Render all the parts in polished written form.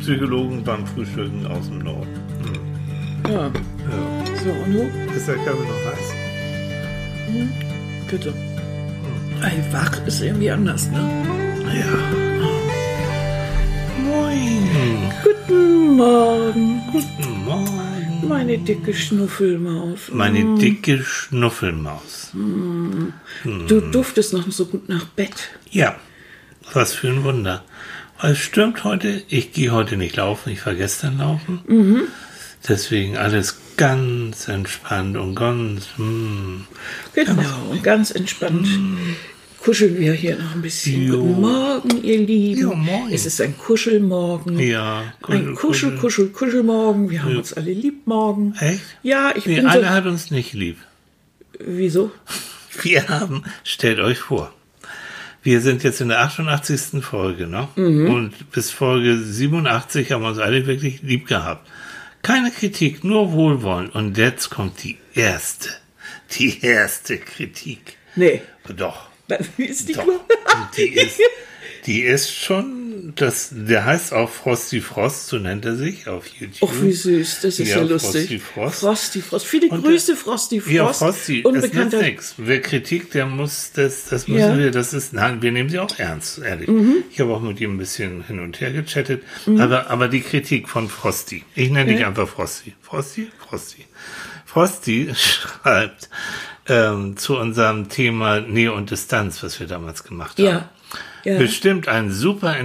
Psychologen beim Frühstücken aus dem Norden. Ja. So, und du? Ist der Körper noch heiß? Bitte. Ey, wach ist irgendwie anders, ne? Ja. Moin. Guten Morgen. Guten Morgen. Meine dicke Schnuffelmaus. Meine dicke Schnuffelmaus. Du duftest noch so gut nach Bett. Ja, was für ein Wunder. Es stürmt heute, ich gehe heute nicht laufen, ich war gestern laufen. Deswegen alles ganz entspannt und ganz... Genau, ganz entspannt. Kuscheln wir hier noch ein bisschen. Jo. Guten Morgen, ihr Lieben. Jo, moin. Es ist ein Kuschelmorgen. Ja, Ein Kuschelmorgen. Wir haben uns alle lieb morgen. Echt? Ja, ich Nee, bin einer so... hat uns nicht lieb. Wieso? Wir haben, stellt euch vor, wir sind jetzt in der 88. Folge, ne? Und bis Folge 87 haben wir uns alle wirklich lieb gehabt. Keine Kritik, nur Wohlwollen. Und jetzt kommt die erste Kritik. Nee. Doch. Wie ist die Doch. Uhr? Die ist schon, der heißt auch Frosty Frost, so nennt er sich auf YouTube. Ach, wie süß, das ist ja lustig. Frosty Frost. Viele Grüße, Frosty Frost. Ja, Frosty, das Unbekannter... nützt nichts. Wer Kritik, der muss, das müssen Ja. wir, nein, wir nehmen sie auch ernst, ehrlich. Ich habe auch mit ihm ein bisschen hin und her gechattet, aber die Kritik von Frosty, ich nenne dich einfach Frosty. Frosty schreibt zu unserem Thema Nähe und Distanz, was wir damals gemacht haben. Ja. Bestimmt eine super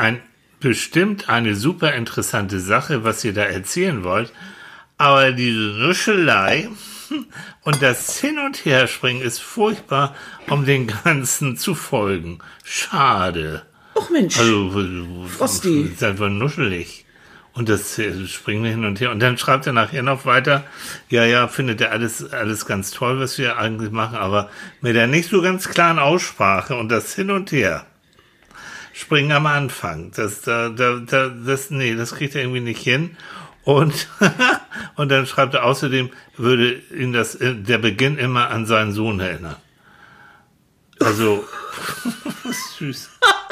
interessante Sache, was ihr da erzählen wollt. Aber diese Nuschelei und das Hin- und Herspringen ist furchtbar, um den Ganzen zu folgen. Schade. Ach Mensch, Also, Frosty. Seid wohl nuschelig. Und das springen wir hin und her. Und dann schreibt er nachher noch weiter, ja, findet er alles ganz toll, was wir eigentlich machen, aber mit der nicht so ganz klaren Aussprache und das Hin und Her springen am Anfang. Das kriegt er irgendwie nicht hin. Und, und dann schreibt er außerdem, würde ihn der Beginn immer an seinen Sohn erinnern. Also, süß.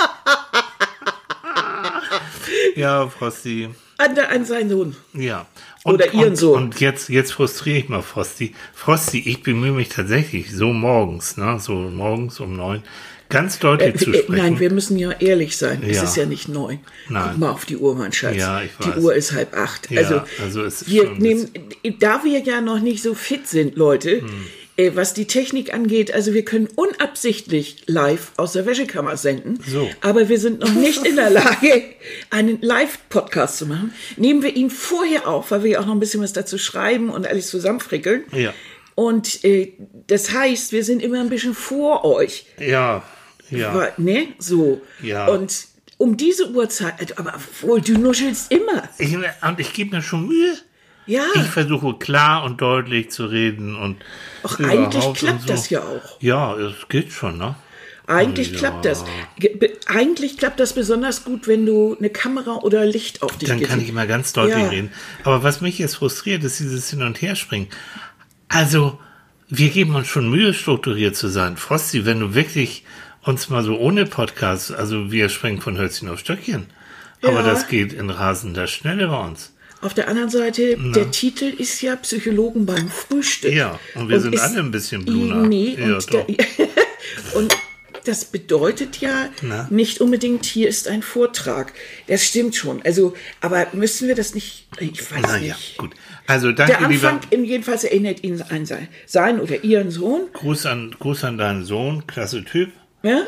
Ja, Frosty. an seinen Sohn. Ja. Oder ihren Sohn. Und jetzt frustriere ich mal Frosty. Frosty, ich bemühe mich tatsächlich, so morgens um 9, ganz deutlich zu sprechen. Nein, wir müssen ja ehrlich sein. Es Ja. ist ja nicht 9. Nein. Guck mal auf die Uhr, mein Schatz. Ja, ich weiß. Die Uhr ist 7:30. Ja, also es ist wir schon ein nehmen, da wir ja noch nicht so fit sind, Leute, was die Technik angeht, also wir können unabsichtlich live aus der Wäschekammer senden, So. aber wir sind noch nicht in der Lage, einen Live-Podcast zu machen. Nehmen wir ihn vorher auf, weil wir ja auch noch ein bisschen was dazu schreiben und alles zusammenfrickeln. Ja. Und das heißt, wir sind immer ein bisschen vor euch. Ja. Ne? So. Ja. Und um diese Uhrzeit, aber wohl, du nuschelst immer. Ich gebe mir schon Mühe. Ja. Ich versuche klar und deutlich zu reden und Ach, überhaupt eigentlich und klappt so. das ja auch. Ja, es geht schon, ne? Eigentlich Ja. klappt das. Eigentlich klappt das besonders gut, wenn du eine Kamera oder Licht auf dich Dann kann ich immer ganz deutlich Ja. reden. Aber was mich jetzt frustriert, ist dieses Hin- und Herspringen. Also, wir geben uns schon Mühe, strukturiert zu sein. Frosty, wenn du wirklich uns mal so ohne Podcast, also wir springen von Hölzchen auf Stöckchen. Aber Ja. das geht in rasender Schnelle bei uns. Auf der anderen Seite, der Titel ist ja Psychologen beim Frühstück. Ja, und wir sind ist- alle ein bisschen Bluna. Nee, Ja, und, doch. und das bedeutet ja nicht unbedingt, hier ist ein Vortrag. Das stimmt schon. Also, aber müssen wir das nicht, ich weiß Naja, nicht. gut. Also danke, Der Anfang lieber. jedenfalls erinnert ihn an sein oder ihren Sohn. Gruß an deinen Sohn, klasse Typ. Ja?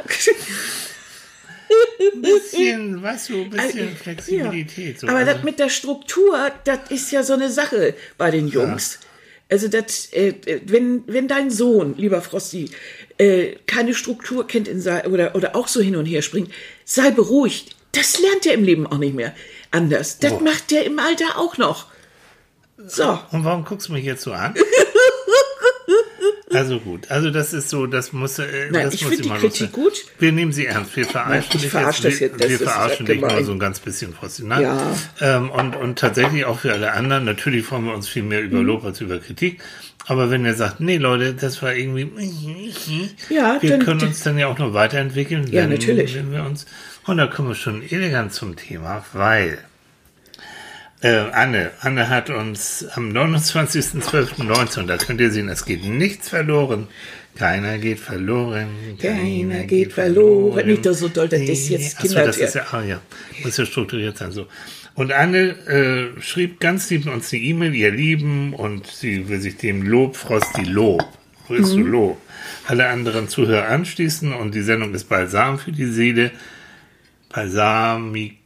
Bisschen, weißt du, bisschen Flexibilität. So. Aber Also, das mit der Struktur, das ist ja so eine Sache bei den Jungs. Also das, wenn dein Sohn, lieber Frosty, keine Struktur kennt oder auch so hin und her springt, sei beruhigt. Das lernt er im Leben auch nicht mehr anders. Das macht der im Alter auch noch. So. Und warum guckst du mich jetzt so an? Also gut, also das ist so, das muss das ich muss finde die mal Kritik lustig. gut. Wir nehmen sie ernst, wir verarschen Ich dich verarsche das jetzt, das wir ist verarschen dich gemein. nur so ein ganz bisschen, Frosty. Nein? Ja. Und tatsächlich auch für alle anderen, natürlich freuen wir uns viel mehr über Lob als über Kritik, aber wenn ihr sagt, nee Leute, das war irgendwie, Ja, wir dann- können uns dann ja auch noch weiterentwickeln, Ja, natürlich. wenn wir uns, und da kommen wir schon elegant zum Thema, weil Anne hat uns am 29.12.19, da könnt ihr sehen, es geht nichts verloren. Keiner geht verloren. Keiner geht verloren. Nicht so doll, das ist jetzt Kinder. Das ist ja, muss ja strukturiert sein, so. Und Anne schrieb ganz lieb uns eine E-Mail, ihr Lieben, und sie will sich dem Lob, Frosty, Lob. Wo ist du Lob? Alle anderen Zuhörer anschließen, und die Sendung ist Balsam für die Seele. Balsamico.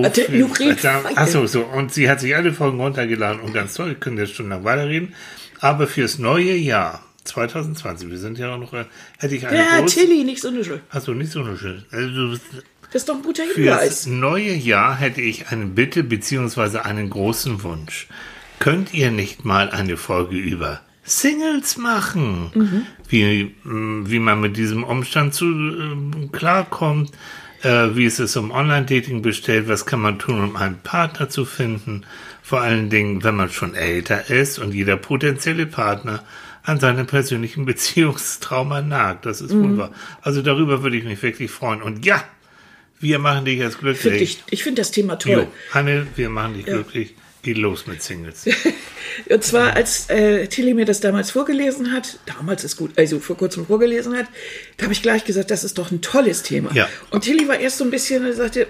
Achso, so. Und sie hat sich alle Folgen runtergeladen und ganz toll, wir können jetzt stundenlang weiterreden. Aber fürs neue Jahr 2020, wir sind ja auch noch, hätte ich eine Tilly, nicht so eine Schuld. Achso, nicht so eine Schuld. Also, das ist doch ein guter Hinweis. Fürs neue Jahr hätte ich eine Bitte beziehungsweise einen großen Wunsch. Könnt ihr nicht mal eine Folge über Singles machen? Wie man mit diesem Umstand klarkommt, wie es ist um Online-Dating bestellt, was kann man tun, um einen Partner zu finden, vor allen Dingen, wenn man schon älter ist und jeder potenzielle Partner an seinem persönlichen Beziehungstrauma nagt. Das ist wohl wahr. Also darüber würde ich mich wirklich freuen. Und ja, wir machen dich jetzt glücklich. Ich finde das Thema toll. Hanne, wir machen dich glücklich. Geht los mit Singles. Und zwar, als Tilly mir das damals vorgelesen hat, damals ist gut, also vor kurzem vorgelesen hat, da habe ich gleich gesagt, das ist doch ein tolles Thema. Ja. Und Tilly war erst so ein bisschen, er sagte,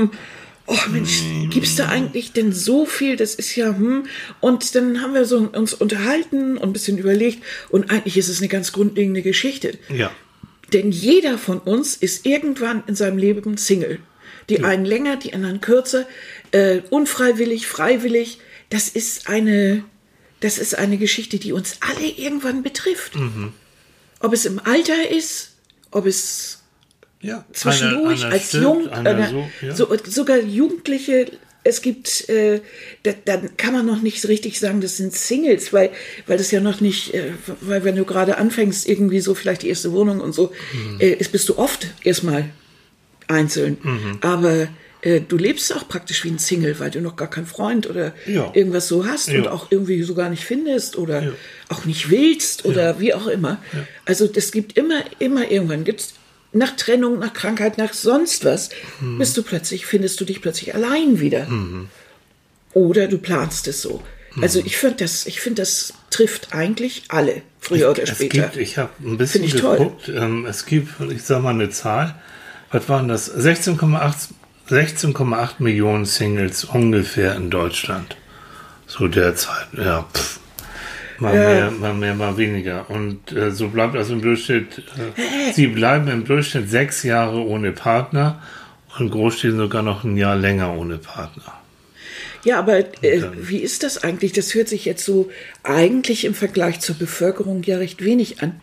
oh Mensch, gibt's da eigentlich denn so viel? Das ist ja, Und dann haben wir uns unterhalten und ein bisschen überlegt, und eigentlich ist es eine ganz grundlegende Geschichte. Ja. Denn jeder von uns ist irgendwann in seinem Leben Single. Die einen länger, die anderen kürzer, unfreiwillig, freiwillig. Das ist eine Geschichte, die uns alle irgendwann betrifft. Ob es im Alter ist, ob es zwischendurch als jung, sogar Jugendliche. Es gibt, dann kann man noch nicht so richtig sagen, das sind Singles, weil das ja noch nicht, weil wenn du gerade anfängst, irgendwie so vielleicht die erste Wohnung und so, bist du oft erstmal einzeln. Aber du lebst auch praktisch wie ein Single, weil du noch gar keinen Freund oder irgendwas so hast und auch irgendwie so gar nicht findest oder auch nicht willst oder wie auch immer. Ja. Also es gibt immer irgendwann, gibt's nach Trennung, nach Krankheit, nach sonst was, findest du dich plötzlich allein wieder. Oder du planst es so. Also ich finde, das trifft eigentlich alle, früher oder später. Ich habe ein bisschen geguckt, es gibt, ich sag mal eine Zahl, was waren das? 16,8 Millionen Singles ungefähr in Deutschland. So derzeit, Mal mehr, mal weniger. Und so bleibt also im Durchschnitt, sie bleiben im Durchschnitt 6 Jahre ohne Partner und Großstädten sogar noch ein Jahr länger ohne Partner. Ja, aber wie ist das eigentlich? Das hört sich jetzt so eigentlich im Vergleich zur Bevölkerung ja recht wenig an.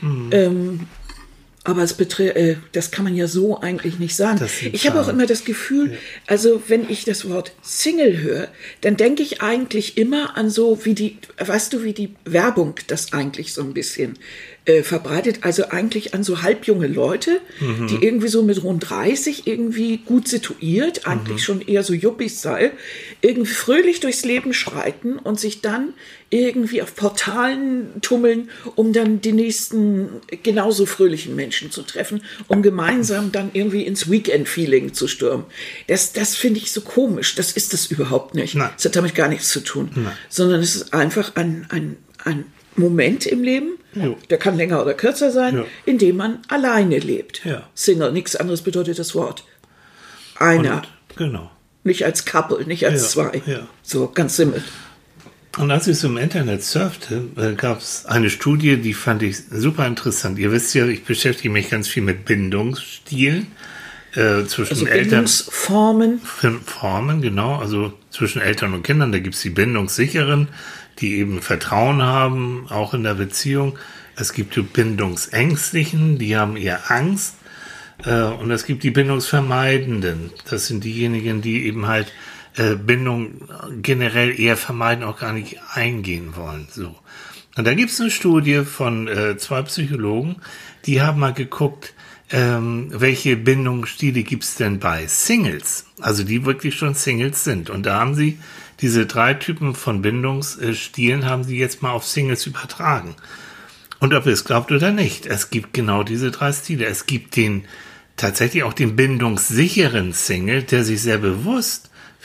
Aber das kann man ja so eigentlich nicht sagen. Ich habe auch immer das Gefühl, also wenn ich das Wort Single höre, dann denke ich eigentlich immer an so wie die Werbung das eigentlich so ein bisschen verbreitet, also eigentlich an so halbjunge Leute, die irgendwie so mit rund 30 irgendwie gut situiert, eigentlich schon eher so Yuppie-Style, irgendwie fröhlich durchs Leben schreiten und sich dann irgendwie auf Portalen tummeln, um dann die nächsten genauso fröhlichen Menschen zu treffen, um gemeinsam dann irgendwie ins Weekend-Feeling zu stürmen. Das finde ich so komisch. Das ist das überhaupt nicht. Nein. Das hat damit gar nichts zu tun. Nein. Sondern es ist einfach ein Moment im Leben, der kann länger oder kürzer sein, in dem man alleine lebt. Ja. Single, nichts anderes bedeutet das Wort. Einer. Genau. Nicht als Couple, nicht als zwei. Ja. So, ganz simpel. Und als ich so im Internet surfte, gab es eine Studie, die fand ich super interessant. Ihr wisst ja, ich beschäftige mich ganz viel mit Bindungsstilen. Zwischen Eltern. Formen, genau. Also zwischen Eltern und Kindern. Da gibt es die Bindungssicheren, die eben Vertrauen haben, auch in der Beziehung. Es gibt die Bindungsängstlichen, die haben eher Angst. Und es gibt die Bindungsvermeidenden. Das sind diejenigen, die eben halt Bindung generell eher vermeiden, auch gar nicht eingehen wollen. So. Und da gibt es eine Studie von 2 Psychologen, die haben mal geguckt, welche Bindungsstile gibt es denn bei Singles, also die wirklich schon Singles sind. Und da haben sie diese 3 Typen von Bindungsstilen haben sie jetzt mal auf Singles übertragen. Und ob ihr es glaubt oder nicht, es gibt genau diese 3 Stile. Es gibt tatsächlich auch den bindungssicheren Single, der sich sehr bewusst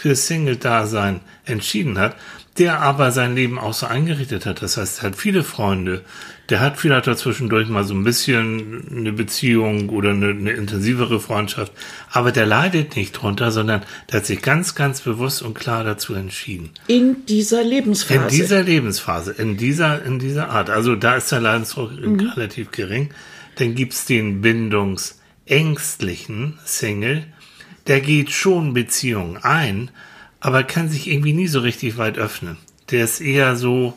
für Single-Dasein entschieden hat, der aber sein Leben auch so eingerichtet hat. Das heißt, er hat viele Freunde, der hat vielleicht dazwischendurch mal so ein bisschen eine Beziehung oder eine intensivere Freundschaft, aber der leidet nicht drunter, sondern der hat sich ganz, ganz bewusst und klar dazu entschieden. In dieser Lebensphase. In dieser Art. Also da ist der Leidensdruck relativ gering. Dann gibt's den bindungsängstlichen Single, der geht schon Beziehungen ein, aber kann sich irgendwie nie so richtig weit öffnen. Der ist eher so,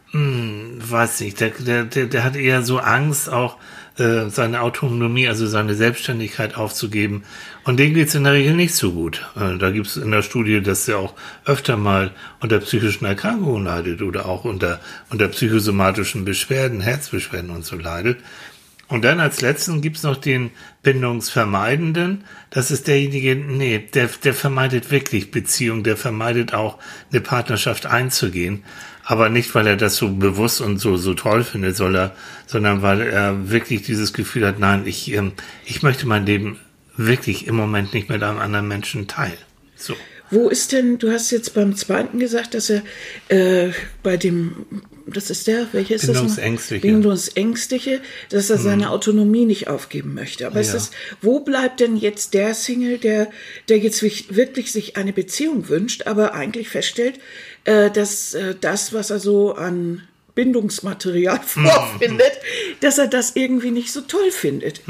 weiß nicht, der hat eher so Angst, auch seine Autonomie, also seine Selbstständigkeit aufzugeben. Und denen geht's in der Regel nicht so gut. Da gibt's in der Studie, dass er auch öfter mal unter psychischen Erkrankungen leidet oder auch unter psychosomatischen Beschwerden, Herzbeschwerden und so leidet. Und dann als letzten gibt's noch den Bindungsvermeidenden. Das ist derjenige, der vermeidet wirklich Beziehung, der vermeidet auch eine Partnerschaft einzugehen. Aber nicht, weil er das so bewusst und so toll findet, sondern weil er wirklich dieses Gefühl hat, nein, ich möchte mein Leben wirklich im Moment nicht mit einem anderen Menschen teilen. So. Wo ist denn, du hast jetzt beim zweiten gesagt, dass er bei dem, das ist der, welcher ist das? Bindungsängstliche, dass er seine Autonomie nicht aufgeben möchte. Aber ist das, wo bleibt denn jetzt der Single, der jetzt wirklich sich eine Beziehung wünscht, aber eigentlich feststellt, dass das, was er so an Bindungsmaterial vorfindet, dass er das irgendwie nicht so toll findet.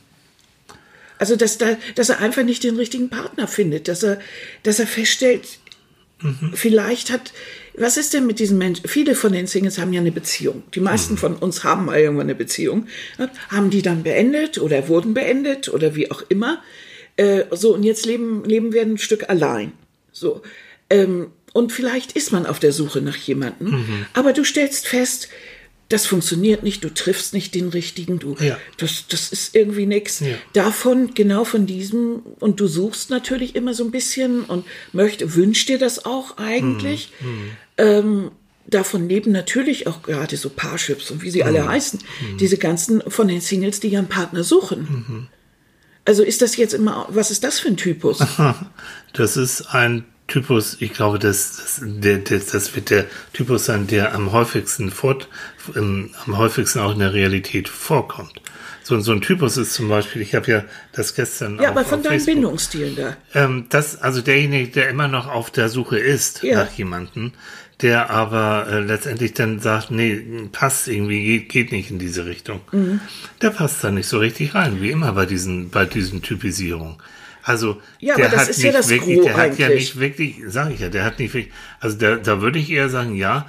Also, dass er einfach nicht den richtigen Partner findet, dass er feststellt, vielleicht was ist denn mit diesen Menschen? Viele von den Singles haben ja eine Beziehung. Die meisten von uns haben mal irgendwann eine Beziehung. Haben die dann beendet oder wurden beendet oder wie auch immer. Und jetzt leben wir ein Stück allein. So. Und vielleicht ist man auf der Suche nach jemandem. Aber du stellst fest, das funktioniert nicht, du triffst nicht den Richtigen, das ist irgendwie nichts. Ja. Genau von diesem, und du suchst natürlich immer so ein bisschen und wünschst dir das auch eigentlich. Davon leben natürlich auch gerade so Parships und wie sie alle heißen, diese ganzen von den Singles, die ihren Partner suchen. Also ist das jetzt immer, was ist das für ein Typus? Das ist ein Typus, ich glaube, das wird der Typus sein, der am häufigsten auch in der Realität vorkommt. So ein Typus ist zum Beispiel, ich habe ja das gestern ja, aber von deinen Bindungsstilen da. Also derjenige, der immer noch auf der Suche ist nach jemandem, der aber letztendlich dann sagt, nee, passt irgendwie, geht nicht in diese Richtung. Der passt da nicht so richtig rein, wie immer bei diesen Typisierungen. Also, ja, der hat nicht wirklich, der hat ja nicht wirklich, sage ich ja, der hat nicht wirklich, also da würde ich eher sagen, ja,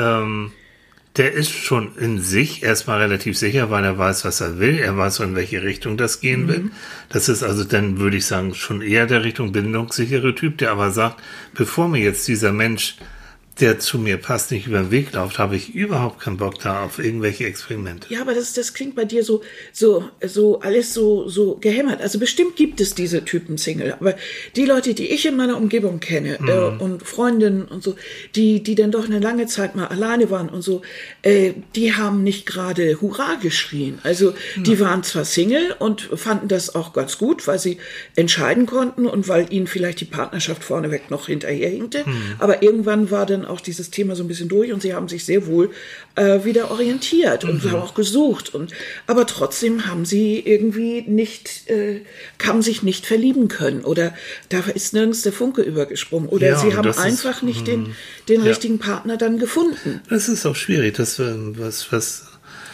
der ist schon in sich erstmal relativ sicher, weil er weiß, was er will, er weiß, in welche Richtung das gehen will. Das ist also dann, würde ich sagen, schon eher der Richtung bindungssichere Typ, der aber sagt, bevor mir jetzt dieser Mensch, der zu mir passt, nicht über den Weg läuft, habe ich überhaupt keinen Bock da auf irgendwelche Experimente. Ja, aber das klingt bei dir so alles so gehämmert. Also bestimmt gibt es diese Typen Single, aber die Leute, die ich in meiner Umgebung kenne und Freundinnen und so, die dann doch eine lange Zeit mal alleine waren und so, die haben nicht gerade Hurra geschrien. Also die waren zwar Single und fanden das auch ganz gut, weil sie entscheiden konnten und weil ihnen vielleicht die Partnerschaft vorneweg noch hinterherhinkte, aber irgendwann war dann auch dieses Thema so ein bisschen durch und sie haben sich sehr wohl wieder orientiert und haben auch gesucht. Aber trotzdem haben sie irgendwie haben sich nicht verlieben können oder da ist nirgends der Funke übergesprungen oder sie haben einfach nicht den richtigen Partner dann gefunden. Das ist auch schwierig, das was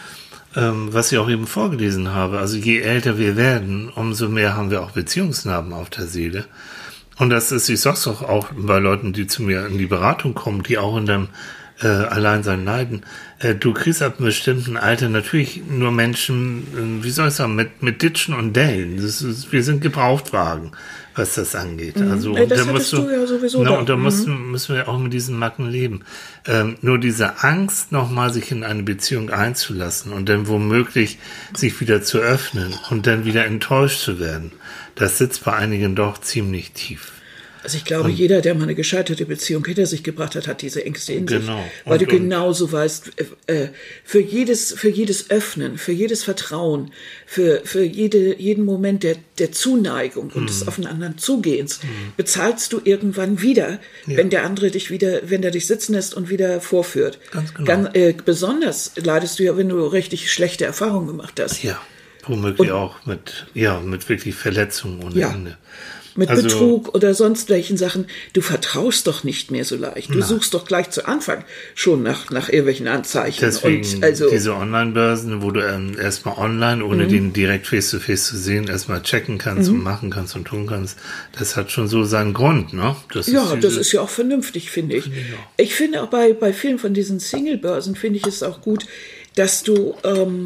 ich auch eben vorgelesen habe. Also je älter wir werden, umso mehr haben wir auch Beziehungsnarben auf der Seele. Und das ist, ich sag's auch bei Leuten, die zu mir in die Beratung kommen, die auch in dem Alleinsein leiden. Du kriegst ab einem bestimmten Alter natürlich nur Menschen, wie soll ich sagen, mit Ditschen und Dellen. Wir sind Gebrauchtwagen, was das angeht. Also, das hattest du ja sowieso. Und da müssen wir auch mit diesen Macken leben. Nur diese Angst, nochmal sich in eine Beziehung einzulassen und dann womöglich sich wieder zu öffnen und dann wieder enttäuscht zu werden, das sitzt bei einigen doch ziemlich tief. Also ich glaube, jeder, der mal eine gescheiterte Beziehung hinter sich gebracht hat, hat diese Ängste in sich. Weil du genauso weißt, für jedes Öffnen, für jedes Vertrauen, für jeden Moment der Zuneigung und des aufeinander Zugehens, bezahlst du irgendwann wieder, wenn der andere wenn der dich sitzen lässt und wieder vorführt. Ganz genau. Besonders leidest du ja, wenn du richtig schlechte Erfahrungen gemacht hast. Ja, womöglich auch mit wirklich Verletzungen ohne Ende. Mit Betrug oder sonst welchen Sachen. Du vertraust doch nicht mehr so leicht. Du suchst doch gleich zu Anfang schon nach irgendwelchen Anzeichen. Deswegen diese Online-Börsen, wo du erstmal online, ohne den direkt face-to-face zu sehen, erstmal checken kannst und machen kannst und tun kannst. Das hat schon so seinen Grund, ne? Das ist ja auch vernünftig, finde ich. Ich finde auch bei vielen von diesen Single-Börsen, finde ich es auch gut, dass du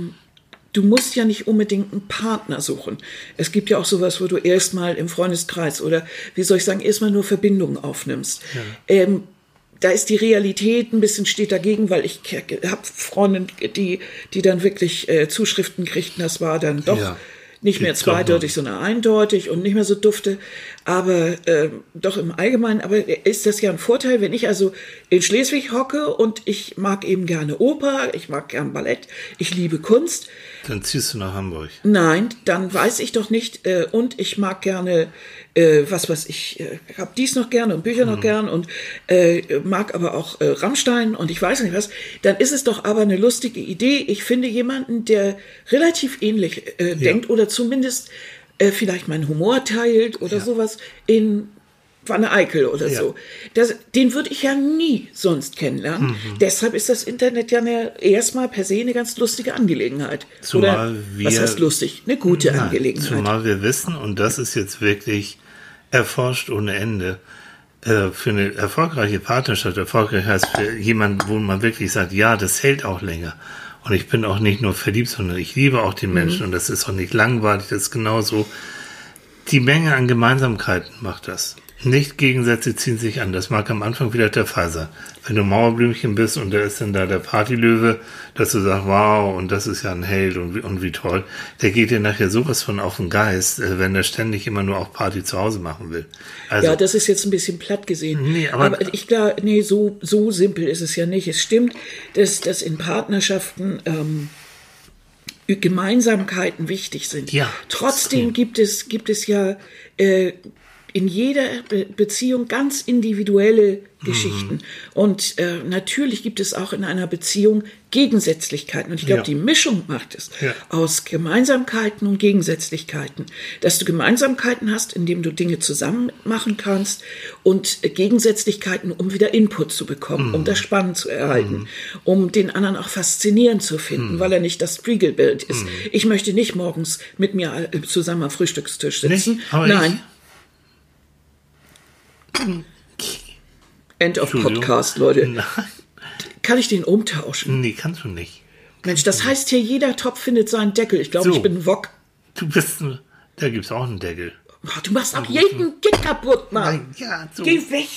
musst ja nicht unbedingt einen Partner suchen. Es gibt ja auch sowas, wo du erstmal im Freundeskreis oder, wie soll ich sagen, erstmal nur Verbindungen aufnimmst. Ja. Da ist die Realität ein bisschen steht dagegen, weil ich habe Freundinnen, die dann wirklich Zuschriften kriegten, das war dann doch nicht mehr zweideutig, sondern eindeutig und nicht mehr so dufte. Aber doch im Allgemeinen, aber ist das ja ein Vorteil, wenn ich also in Schleswig hocke und ich mag eben gerne Oper, ich mag gern Ballett, ich liebe Kunst. Dann ziehst du nach Hamburg. Nein, dann weiß ich doch nicht und ich mag gerne, ich habe dies noch gerne und Bücher noch gern und mag aber auch Rammstein und ich weiß nicht was, dann ist es doch aber eine lustige Idee. Ich finde jemanden, der relativ ähnlich denkt oder zumindest vielleicht meinen Humor teilt oder sowas in Wanne Eickel oder so. Den würde ich ja nie sonst kennenlernen. Deshalb ist das Internet ja erstmal per se eine ganz lustige Angelegenheit. Was heißt lustig? Eine gute Angelegenheit. Zumal wir wissen, und das ist jetzt wirklich erforscht ohne Ende, für eine erfolgreiche Partnerschaft, erfolgreich heißt für jemanden, wo man wirklich sagt, ja, das hält auch länger. Und ich bin auch nicht nur verliebt, sondern ich liebe auch den Menschen und das ist auch nicht langweilig, das ist genauso. Die Menge an Gemeinsamkeiten macht das. Nicht Gegensätze ziehen sich an. Das mag am Anfang wieder der Fall sein. Wenn du Mauerblümchen bist und da ist dann da der Partylöwe, dass du sagst, wow, und das ist ja ein Held und wie toll. Der geht dir nachher sowas von auf den Geist, wenn der ständig immer nur auch Party zu Hause machen will. Also, ja, das ist jetzt ein bisschen platt gesehen. Nee, aber ich glaube, so simpel ist es ja nicht. Es stimmt, dass in Partnerschaften Gemeinsamkeiten wichtig sind. Ja, trotzdem gibt es ja in jeder Beziehung ganz individuelle Geschichten. Und natürlich gibt es auch in einer Beziehung Gegensätzlichkeiten. Und ich glaube, die Mischung macht es aus Gemeinsamkeiten und Gegensätzlichkeiten. Dass du Gemeinsamkeiten hast, indem du Dinge zusammen machen kannst und Gegensätzlichkeiten, um wieder Input zu bekommen, um das spannend zu erhalten, um den anderen auch faszinierend zu finden, weil er nicht das Spiegelbild ist. Ich möchte nicht morgens mit mir zusammen am Frühstückstisch sitzen. Nein. End of Podcast, Leute. Nein. Kann ich den umtauschen? Nee, kannst du nicht. Mensch, das heißt hier, jeder Topf findet seinen Deckel. Ich glaube, ich bin ein Wok. Da gibt's auch einen Deckel. Oh, du machst auch jeden Gig kaputt, Mann. So. Geh weg.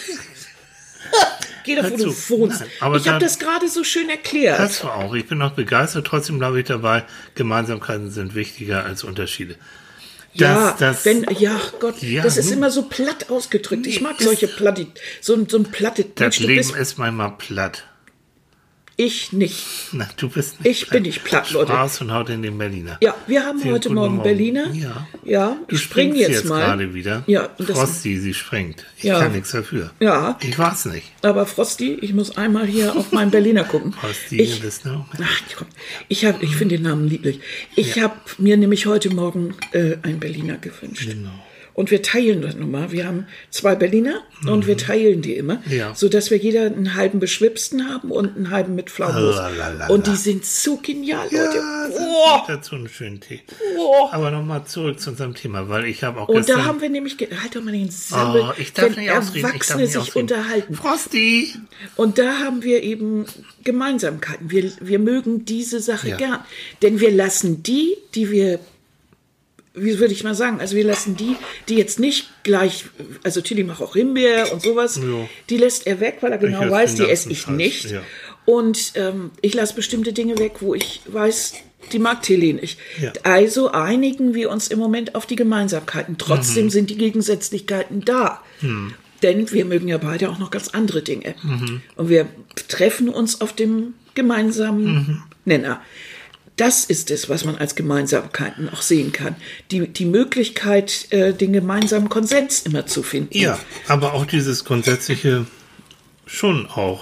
Geh doch, wo du wohnst. Ich habe das gerade so schön erklärt. Das war auch. Ich bin auch begeistert. Trotzdem glaube ich dabei, Gemeinsamkeiten sind wichtiger als Unterschiede. Das ist immer so platt ausgedrückt. Ich mag solche platte, so ein platte. Das Leben ist manchmal platt. Ich nicht. Na, du bist nicht platt. Bin nicht platt, Leute. Spaß und haut in den Berliner. Ja, wir haben heute Morgen Berliner. Ja, du springst jetzt mal. Gerade wieder. Ja, Frosty, sie springt. Ich kann nichts dafür. Ja. Ich weiß nicht. Aber Frosty, ich muss einmal hier auf meinen Berliner gucken. Frosty, ich finde den Namen lieblich. Ich habe mir nämlich heute Morgen einen Berliner gewünscht. Genau. Und wir teilen das nochmal. Wir haben 2 Berliner und wir teilen die immer, sodass wir jeder einen halben beschwipsten haben und einen halben mit Pflaumenmus. Und die sind so genial, Leute. Ja, dazu einen schönen Tee. Aber nochmal zurück zu unserem Thema, weil ich habe auch gestern... Und da haben wir nämlich... Halt doch mal den Sabbel, wenn Erwachsene sich unterhalten. Frosty! Und da haben wir eben Gemeinsamkeiten. Wir mögen diese Sache gern. Denn wir lassen die wir... Wie würde ich mal sagen, also wir lassen die jetzt nicht gleich, also Tilly macht auch Himbeer und sowas, die lässt er weg, weil er genau weiß, die esse ich nicht. Ja. Und ich lasse bestimmte Dinge weg, wo ich weiß, die mag Tilly nicht. Ja. Also einigen wir uns im Moment auf die Gemeinsamkeiten. Trotzdem sind die Gegensätzlichkeiten da. Denn wir mögen ja beide auch noch ganz andere Dinge. Und wir treffen uns auf dem gemeinsamen Nenner. Das ist es, was man als Gemeinsamkeiten auch sehen kann. Die Möglichkeit, den gemeinsamen Konsens immer zu finden. Ja, aber auch dieses grundsätzliche schon auch.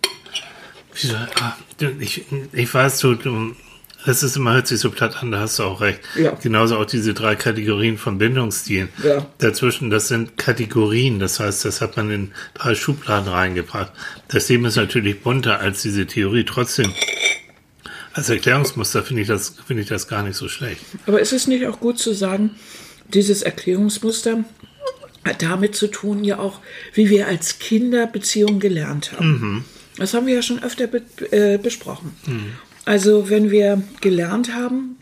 Ich weiß, das ist immer, hört sich so platt an, da hast du auch recht. Ja. Genauso auch diese 3 Kategorien von Bindungsstilen. Ja. Dazwischen, das sind Kategorien, das heißt, das hat man in 3 Schubladen reingebracht. Das Leben ist natürlich bunter als diese Theorie. Trotzdem, als Erklärungsmuster finde ich das gar nicht so schlecht. Aber ist es nicht auch gut zu sagen, dieses Erklärungsmuster hat damit zu tun, ja auch, wie wir als Kinder Beziehungen gelernt haben. Das haben wir ja schon öfter besprochen. Also wenn wir gelernt haben,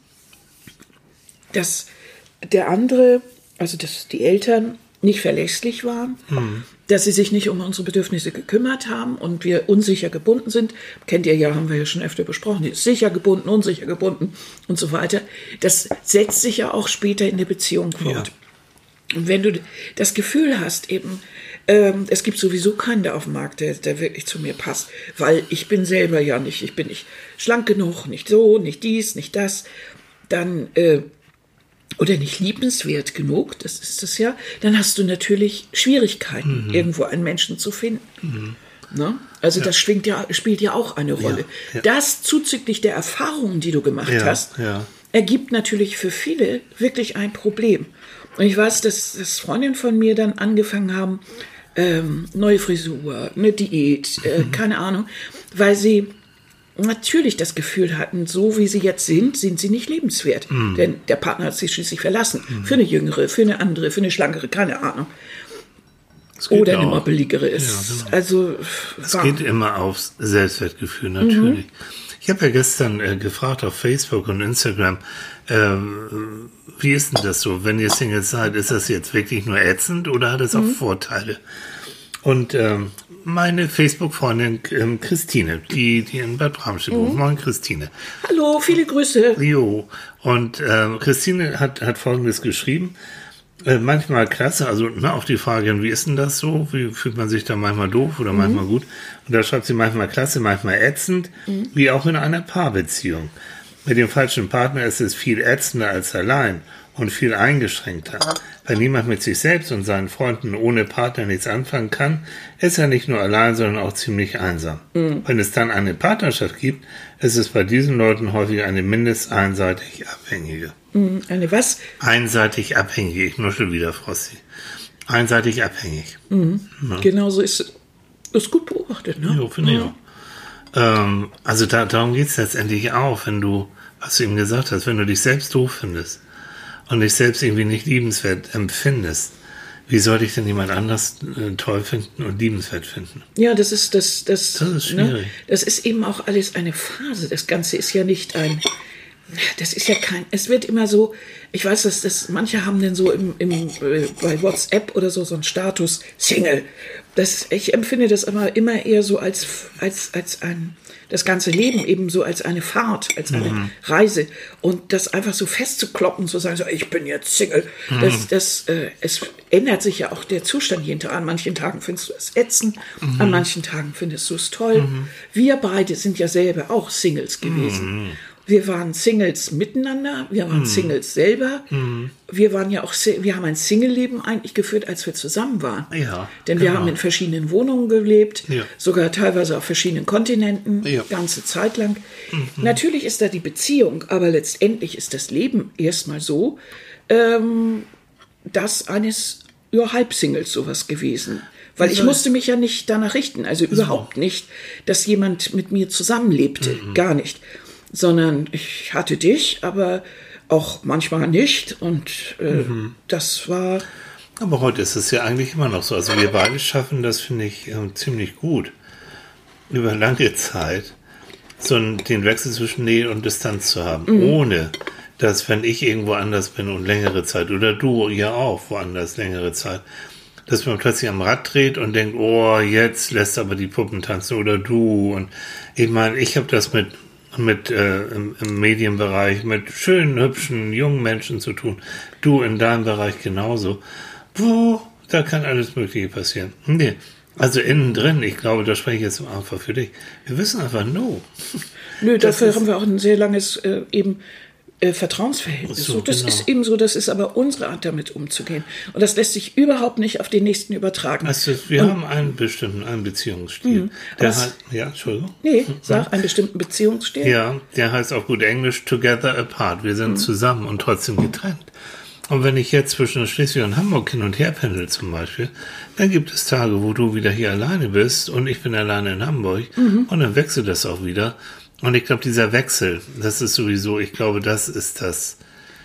dass der andere, also dass die Eltern nicht verlässlich waren, dass sie sich nicht um unsere Bedürfnisse gekümmert haben und wir unsicher gebunden sind, kennt ihr ja, haben wir ja schon öfter besprochen, die ist sicher gebunden, unsicher gebunden und so weiter, das setzt sich ja auch später in der Beziehung fort. Ja. Und wenn du das Gefühl hast, eben, es gibt sowieso keinen da auf dem Markt, der wirklich zu mir passt, weil ich bin selber ja nicht, ich bin nicht schlank genug, nicht so, nicht dies, nicht das, dann, oder nicht liebenswert genug, das ist es ja, dann hast du natürlich Schwierigkeiten, irgendwo einen Menschen zu finden. Ne? Also das spielt ja auch eine Rolle. Ja. Das zuzüglich der Erfahrungen, die du gemacht hast, ergibt natürlich für viele wirklich ein Problem. Und ich weiß, dass Freundinnen von mir dann angefangen haben, neue Frisur, eine Diät, keine Ahnung, weil sie natürlich das Gefühl hatten, so wie sie jetzt sind sie nicht lebenswert. Denn der Partner hat sie schließlich verlassen. Für eine jüngere, für eine andere, für eine schlankere, keine Ahnung. Oder eine mobbeligere ist. Ja, genau. Also, es geht immer aufs Selbstwertgefühl, natürlich. Ich habe ja gestern gefragt auf Facebook und Instagram, wie ist denn das so, wenn ihr Singles seid, ist das jetzt wirklich nur ätzend oder hat es auch Vorteile? Und meine Facebook-Freundin Christine, die in Bad Bramstedt wohnt. Moin, Christine. Hallo, viele Grüße. Jo. Und Christine hat Folgendes geschrieben. Manchmal klasse, also auch die Frage, wie ist denn das so? Wie fühlt man sich da manchmal doof oder manchmal gut? Und da schreibt sie manchmal klasse, manchmal ätzend, wie auch in einer Paarbeziehung. Mit dem falschen Partner ist es viel ätzender als allein und viel eingeschränkter. Wenn niemand mit sich selbst und seinen Freunden ohne Partner nichts anfangen kann, ist er nicht nur allein, sondern auch ziemlich einsam. Wenn es dann eine Partnerschaft gibt, ist es bei diesen Leuten häufig eine mindestens einseitig abhängige. Eine was? Einseitig abhängige. Ich nuschel wieder, Frosty. Einseitig abhängig. Ja. Genau so ist es. Ist gut beobachtet, ne? Jo, finde ich auch. Also darum geht es letztendlich auch, wenn du, was du eben gesagt hast, wenn du dich selbst doof findest und dich selbst irgendwie nicht liebenswert empfindest, wie soll ich denn jemand anders toll finden und liebenswert finden? Ja, das ist schwierig. Ne? Das ist eben auch alles eine Phase. Das Ganze ist ja nicht das ist ja es wird immer so, ich weiß, dass manche haben denn so bei WhatsApp oder so einen Status Single. Ich empfinde das aber immer eher so als das ganze Leben eben so als eine Fahrt, als eine Reise. Und das einfach so festzukloppen, zu sagen, so, ich bin jetzt Single. Es ändert sich ja auch der Zustand jeden Tag. An manchen Tagen findest du es ätzend, an manchen Tagen findest du es toll. Wir beide sind ja selber auch Singles gewesen. Wir waren Singles miteinander, wir waren Singles selber. Wir haben ein Single-Leben eigentlich geführt, als wir zusammen waren. Ja, denn wir haben in verschiedenen Wohnungen gelebt, ja, sogar teilweise auf verschiedenen Kontinenten, ja, ganze Zeit lang. Natürlich ist da die Beziehung, aber letztendlich ist das Leben erstmal so, das eines Halbsingles sowas gewesen. Weil ich musste mich ja nicht danach richten, also überhaupt nicht, dass jemand mit mir zusammenlebte, gar nicht. Sondern ich hatte dich, aber auch manchmal nicht. Und das war... Aber heute ist es ja eigentlich immer noch so. Also wir beide schaffen das, finde ich, ziemlich gut. Über lange Zeit den Wechsel zwischen Nähe und Distanz zu haben. Ohne, dass, wenn ich irgendwo anders bin und längere Zeit, oder du ja auch woanders längere Zeit, dass man plötzlich am Rad dreht und denkt, oh, jetzt lässt aber die Puppen tanzen oder du. Und ich meine, ich habe das mit mit im Medienbereich mit schönen, hübschen, jungen Menschen zu tun. Du in deinem Bereich genauso. Da kann alles Mögliche passieren. Nee, also innen drin, ich glaube, da spreche ich jetzt einfach für dich. Wir wissen einfach no. Nö, dafür haben wir auch ein sehr langes Vertrauensverhältnis. So, das genau. ist eben so, das ist aber unsere Art, damit umzugehen. Und das lässt sich überhaupt nicht auf den Nächsten übertragen. Also wir haben einen Beziehungsstil. Der heißt, ja, Entschuldigung. Nee, sag, einen bestimmten Beziehungsstil. Ja, der heißt auf gut Englisch together apart. Wir sind zusammen und trotzdem getrennt. Und wenn ich jetzt zwischen Schleswig und Hamburg hin und her pendel zum Beispiel, dann gibt es Tage, wo du wieder hier alleine bist und ich bin alleine in Hamburg und dann wechselt das auch wieder. Und ich glaube, dieser Wechsel, das ist sowieso, ich glaube, das ist das.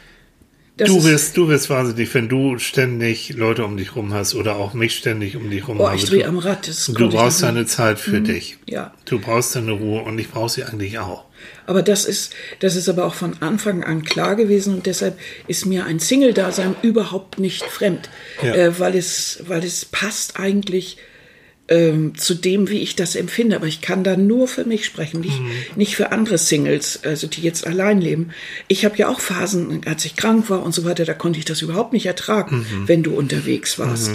Du wirst wahnsinnig, wenn du ständig Leute um dich rum hast oder auch mich ständig um dich rum Oh, hast. ich drehe am Rad. Du brauchst deine Zeit für dich. Ja. Du brauchst deine Ruhe und ich brauche sie eigentlich auch. Aber das ist aber auch von Anfang an klar gewesen und deshalb ist mir ein Single-Dasein überhaupt nicht fremd, weil es passt eigentlich zu dem, wie ich das empfinde. Aber ich kann da nur für mich sprechen, nicht für andere Singles, also die jetzt allein leben. Ich habe ja auch Phasen, als ich krank war und so weiter, da konnte ich das überhaupt nicht ertragen, wenn du unterwegs warst.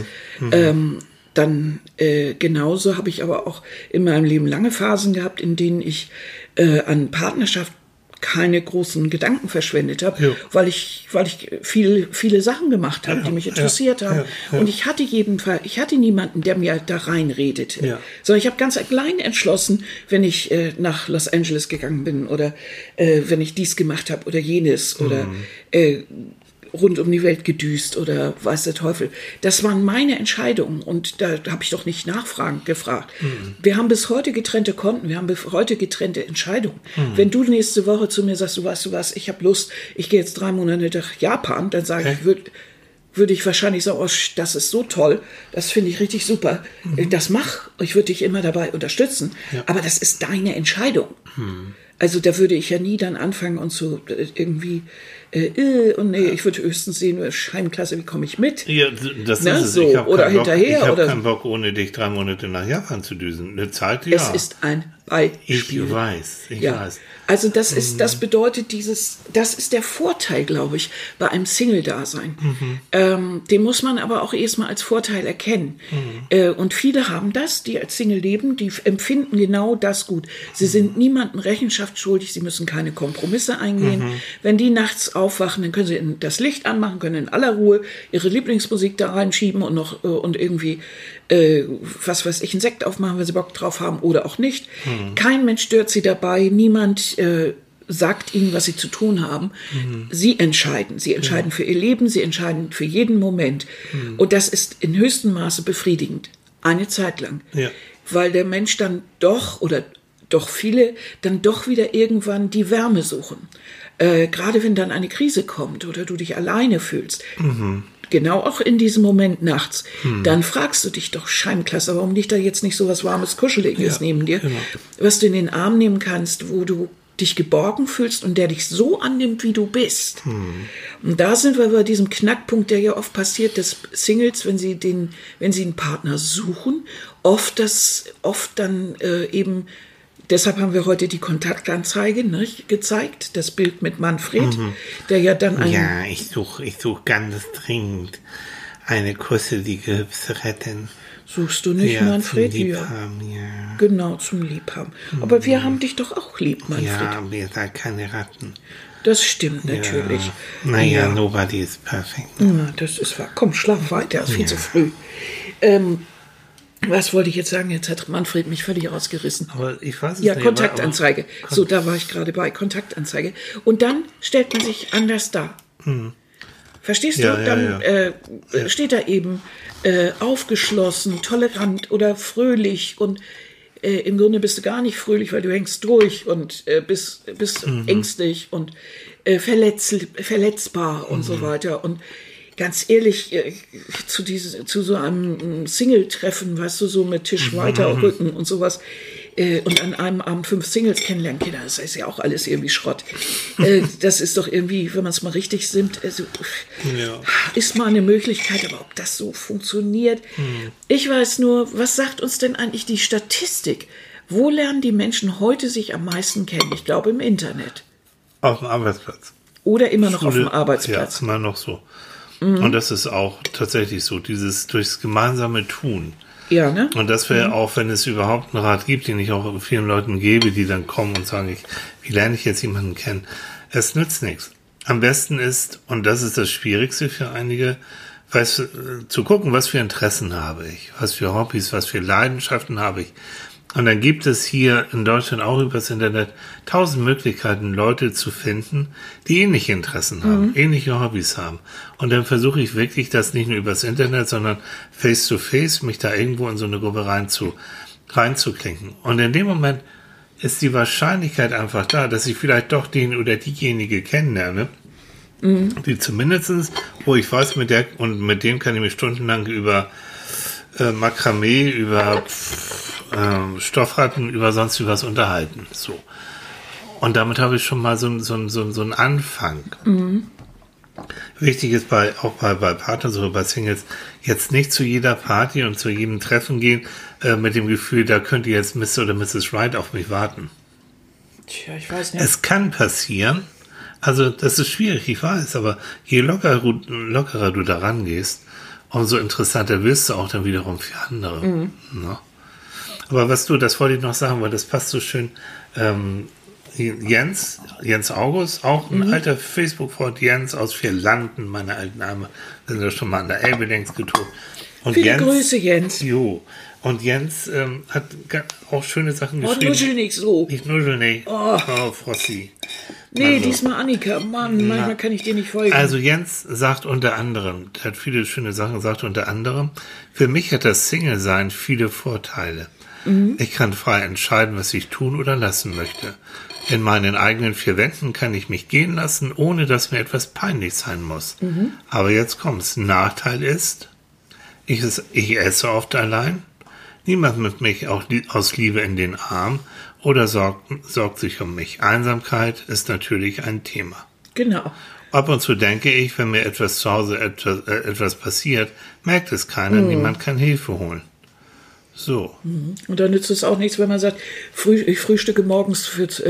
Dann genauso habe ich aber auch in meinem Leben lange Phasen gehabt, in denen ich an Partnerschaft keine großen Gedanken verschwendet habe, weil ich viele Sachen gemacht habe, die mich interessiert haben. Und ich hatte niemanden, der mir da reinredet. Sondern ich habe ganz allein entschlossen, wenn ich nach Los Angeles gegangen bin oder wenn ich dies gemacht habe oder jenes oder rund um die Welt gedüst oder weiß der Teufel. Das waren meine Entscheidungen und da habe ich doch nicht gefragt. Wir haben bis heute getrennte Konten, wir haben bis heute getrennte Entscheidungen. Wenn du nächste Woche zu mir sagst, du weißt du was, ich habe Lust, ich gehe jetzt 3 Monate nach Japan, dann sage ich, würde ich wahrscheinlich sagen, oh, das ist so toll, das finde ich richtig super, das mach, ich würde dich immer dabei unterstützen, aber das ist deine Entscheidung. Also da würde ich ja nie dann anfangen und so irgendwie und nee, ich würde höchstens sehen, Heimklasse, wie komme ich mit? Ja, das ist es. So, oder hinterher. Ich habe keinen Bock, ohne dich 3 Monate nach Japan zu düsen. Eine Zeit, ja. Es ist ein Beispiel. Ich weiß. Also das bedeutet das ist der Vorteil, glaube ich, bei einem Single-Dasein. Den muss man aber auch erstmal als Vorteil erkennen. Und viele haben das, die als Single leben, die empfinden genau das gut. Sie sind niemandem Rechenschaft schuldig, sie müssen keine Kompromisse eingehen. Wenn die nachts aufwachen, dann können sie das Licht anmachen, können in aller Ruhe ihre Lieblingsmusik da reinschieben und irgendwie was weiß ich, einen Sekt aufmachen, wenn sie Bock drauf haben oder auch nicht. Kein Mensch stört sie dabei, niemand sagt ihnen, was sie zu tun haben. Sie entscheiden. Sie entscheiden für ihr Leben, sie entscheiden für jeden Moment. Und das ist in höchstem Maße befriedigend. Eine Zeit lang. Ja. Weil der Mensch dann doch viele dann doch wieder irgendwann die Wärme suchen. Gerade wenn dann eine Krise kommt oder du dich alleine fühlst. Genau auch in diesem Moment nachts, dann fragst du dich doch, Scheimklasse, warum liegt da jetzt nicht so was Warmes, Kuscheliges neben dir, was du in den Arm nehmen kannst, wo du dich geborgen fühlst und der dich so annimmt, wie du bist. Und da sind wir bei diesem Knackpunkt, der ja oft passiert, dass Singles, wenn sie einen Partner suchen, oft dann eben. Deshalb haben wir heute die Kontaktanzeige gezeigt, das Bild mit Manfred, der ja dann Ja, ich such ganz dringend eine kusselige Hübscherettin. Suchst du nicht, Manfred? Zum Liebhaben, ja. Genau, zum Liebhaben. Aber wir haben dich doch auch lieb, Manfred. Ja, aber ihr seid keine Ratten. Das stimmt natürlich. Naja, nobody is perfect. Ja, das ist wahr. Komm, schlaf weiter, ist viel zu früh. Was wollte ich jetzt sagen? Jetzt hat Manfred mich völlig rausgerissen. Aber ich weiß es nicht. Ja, nicht, Kontaktanzeige. So, da war ich gerade bei. Kontaktanzeige. Und dann stellt man sich anders dar. Verstehst du? Dann steht da eben aufgeschlossen, tolerant oder fröhlich und im Grunde bist du gar nicht fröhlich, weil du hängst durch und bist ängstlich und verletzbar und so weiter. Und ganz ehrlich, zu so einem Single-Treffen, weißt du, so mit Tisch weiter Rücken und sowas, und an einem Abend 5 Singles kennenlernen, Kinder, das ist ja auch alles irgendwie Schrott. Das ist doch irgendwie, wenn man es mal richtig simmt, ist mal eine Möglichkeit, aber ob das so funktioniert. Ich weiß nur, was sagt uns denn eigentlich die Statistik? Wo lernen die Menschen heute sich am meisten kennen? Ich glaube im Internet. Auf dem Arbeitsplatz. Oder immer noch auf dem Arbeitsplatz. Ja, immer noch so. Und das ist auch tatsächlich so, dieses durchs gemeinsame Tun. Ja, ne? Und das wäre auch, wenn es überhaupt einen Rat gibt, den ich auch vielen Leuten gebe, die dann kommen und sagen, wie lerne ich jetzt jemanden kennen? Es nützt nichts. Am besten ist, und das ist das Schwierigste für einige, zu gucken, was für Interessen habe ich, was für Hobbys, was für Leidenschaften habe ich. Und dann gibt es hier in Deutschland auch übers Internet 1000 Möglichkeiten, Leute zu finden, die ähnliche Interessen haben, ähnliche Hobbys haben. Und dann versuche ich wirklich, das nicht nur übers Internet, sondern face to face, mich da irgendwo in so eine Gruppe reinzuklinken. Und in dem Moment ist die Wahrscheinlichkeit einfach da, dass ich vielleicht doch den oder diejenige kennenlerne, die zumindestens, wo ich weiß, mit dem kann ich mich stundenlang über Makramee, über Stoffratten, über sonst was unterhalten. So. Und damit habe ich schon mal so einen Anfang. Wichtig ist auch bei Partners oder bei Singles, jetzt nicht zu jeder Party und zu jedem Treffen gehen mit dem Gefühl, da könnte jetzt Mr. oder Mrs. Right auf mich warten. Tja, ich weiß nicht. Es kann passieren, also das ist schwierig, ich weiß, aber je lockerer du da rangehst, umso interessanter wirst du auch dann wiederum für andere. Ne? Aber das wollte ich noch sagen, weil das passt so schön. Jens August, auch ein alter Facebook-Freund, Jens aus Vierlanden, meine alten Arme, sind ja schon mal an der Elbe längst getobt. Viele Grüße, Jens. Jo. Und Jens hat auch schöne Sachen geschrieben. Oh, nuschel nicht so. Ich nuschel nicht. Oh, Frossi. Nee, also, diesmal Annika. Mann, manchmal kann ich dir nicht folgen. Also Jens sagt unter anderem, der hat viele schöne Sachen gesagt, unter anderem, für mich hat das Single-Sein viele Vorteile. Ich kann frei entscheiden, was ich tun oder lassen möchte. In meinen eigenen 4 Wänden kann ich mich gehen lassen, ohne dass mir etwas peinlich sein muss. Aber jetzt kommt's. Nachteil ist, ich esse oft allein. Niemand nimmt mich auch aus Liebe in den Arm oder sorgt sich um mich. Einsamkeit ist natürlich ein Thema. Genau. Ab und zu denke ich, wenn mir etwas zu Hause etwas passiert, merkt es keiner, niemand kann Hilfe holen. So. Und dann nützt es auch nichts, wenn man sagt, ich frühstücke morgens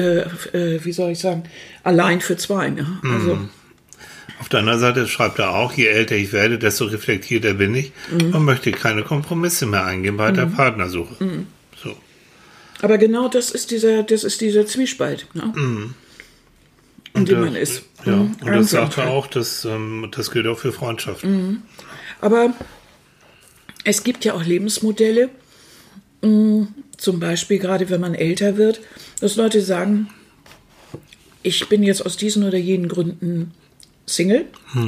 allein für 2. Ne? Also. Auf der anderen Seite schreibt er auch, je älter ich werde, desto reflektierter bin ich und möchte keine Kompromisse mehr eingehen bei der Partnersuche. So. Aber genau das ist dieser Zwiespalt, ne? in dem man ist. Ja. Und das sagt er auch, das gilt auch für Freundschaften. Aber es gibt ja auch Lebensmodelle, zum Beispiel gerade wenn man älter wird, dass Leute sagen, ich bin jetzt aus diesen oder jenen Gründen Single,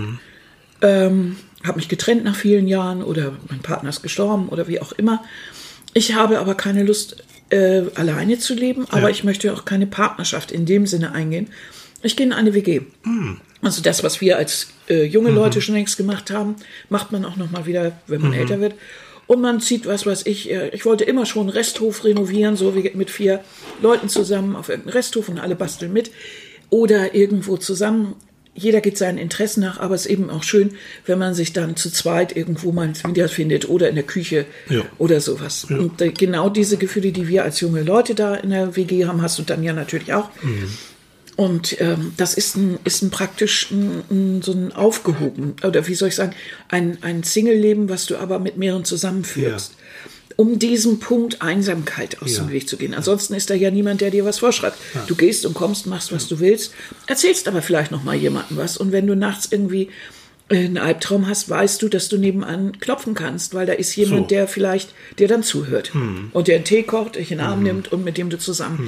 habe mich getrennt nach vielen Jahren oder mein Partner ist gestorben oder wie auch immer. Ich habe aber keine Lust, alleine zu leben, aber ich möchte auch keine Partnerschaft in dem Sinne eingehen. Ich gehe in eine WG. Also das, was wir als junge Leute schon längst gemacht haben, macht man auch nochmal wieder, wenn man älter wird. Und man zieht, ich wollte immer schon einen Resthof renovieren, so wie mit 4 Leuten zusammen auf irgendeinen Resthof und alle basteln mit. Oder irgendwo zusammen. Jeder geht seinen Interessen nach, aber es ist eben auch schön, wenn man sich dann zu zweit irgendwo mal wiederfindet oder in der Küche oder sowas. Ja. Und genau diese Gefühle, die wir als junge Leute da in der WG haben, hast du dann ja natürlich auch. Und das ist praktisch so ein aufgehoben, oder wie soll ich sagen, ein Single-Leben, was du aber mit mehreren zusammenführst. Ja. Um diesen Punkt Einsamkeit aus dem Weg zu gehen. Ansonsten ist da ja niemand, der dir was vorschreibt. Ja. Du gehst und kommst, machst, was du willst, erzählst aber vielleicht noch mal jemandem was. Und wenn du nachts irgendwie einen Albtraum hast, weißt du, dass du nebenan klopfen kannst, weil da ist jemand, der vielleicht dir dann zuhört. Und der einen Tee kocht, dich in den Arm nimmt und mit dem du zusammen.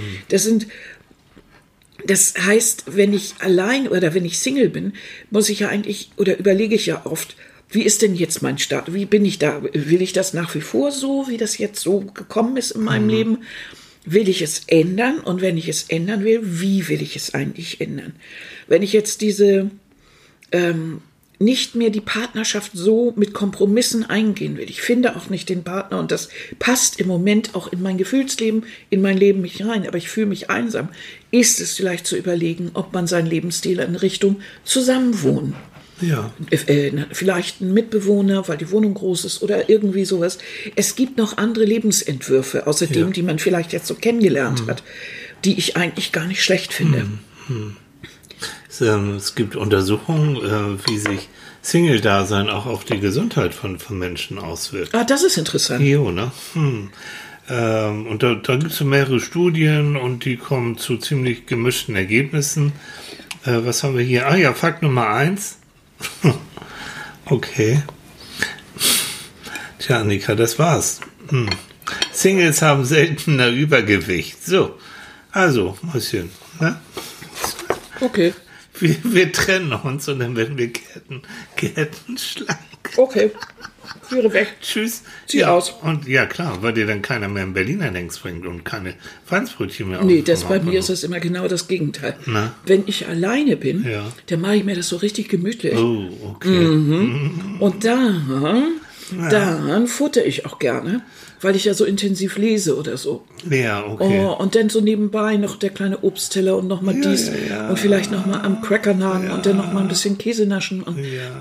Das heißt, wenn ich allein oder wenn ich Single bin, muss ich ja eigentlich, oder überlege ich ja oft, wie ist denn jetzt mein Start? Wie bin ich da? Will ich das nach wie vor so, wie das jetzt so gekommen ist in meinem Leben? Will ich es ändern? Und wenn ich es ändern will, wie will ich es eigentlich ändern? Wenn ich jetzt nicht mehr die Partnerschaft so mit Kompromissen eingehen will. Ich finde auch nicht den Partner und das passt im Moment auch in mein Gefühlsleben, in mein Leben nicht rein, aber ich fühle mich einsam. Ist es vielleicht zu überlegen, ob man seinen Lebensstil in Richtung Zusammenwohnen Ja. Vielleicht ein Mitbewohner, weil die Wohnung groß ist oder irgendwie sowas. Es gibt noch andere Lebensentwürfe, außerdem, die man vielleicht jetzt so kennengelernt hat, die ich eigentlich gar nicht schlecht finde. Es gibt Untersuchungen, wie sich Single-Dasein auch auf die Gesundheit von Menschen auswirkt. Ah, das ist interessant. Jo, ne? Und da gibt es mehrere Studien und die kommen zu ziemlich gemischten Ergebnissen. Was haben wir hier? Ah ja, Fakt Nummer 1. Okay. Tja, Annika, das war's. Singles haben seltener Übergewicht. So, also, Mäuschen, ne? Okay. Wir trennen uns und dann werden wir schlank. Okay. Führe weg. Tschüss. Zieh aus. Und ja, klar, weil dir dann keiner mehr in Berliner Längs bringt und keine Franzbrötchen mehr. Nee, bei mir ist das immer genau das Gegenteil. Na? Wenn ich alleine bin, dann mache ich mir das so richtig gemütlich. Oh, okay. Und dann futter ich auch gerne, weil ich ja so intensiv lese oder so. Ja, okay. Oh, und dann so nebenbei noch der kleine Obstteller und nochmal dies und vielleicht nochmal am Cracker nagen und dann nochmal ein bisschen Käse naschen. Und,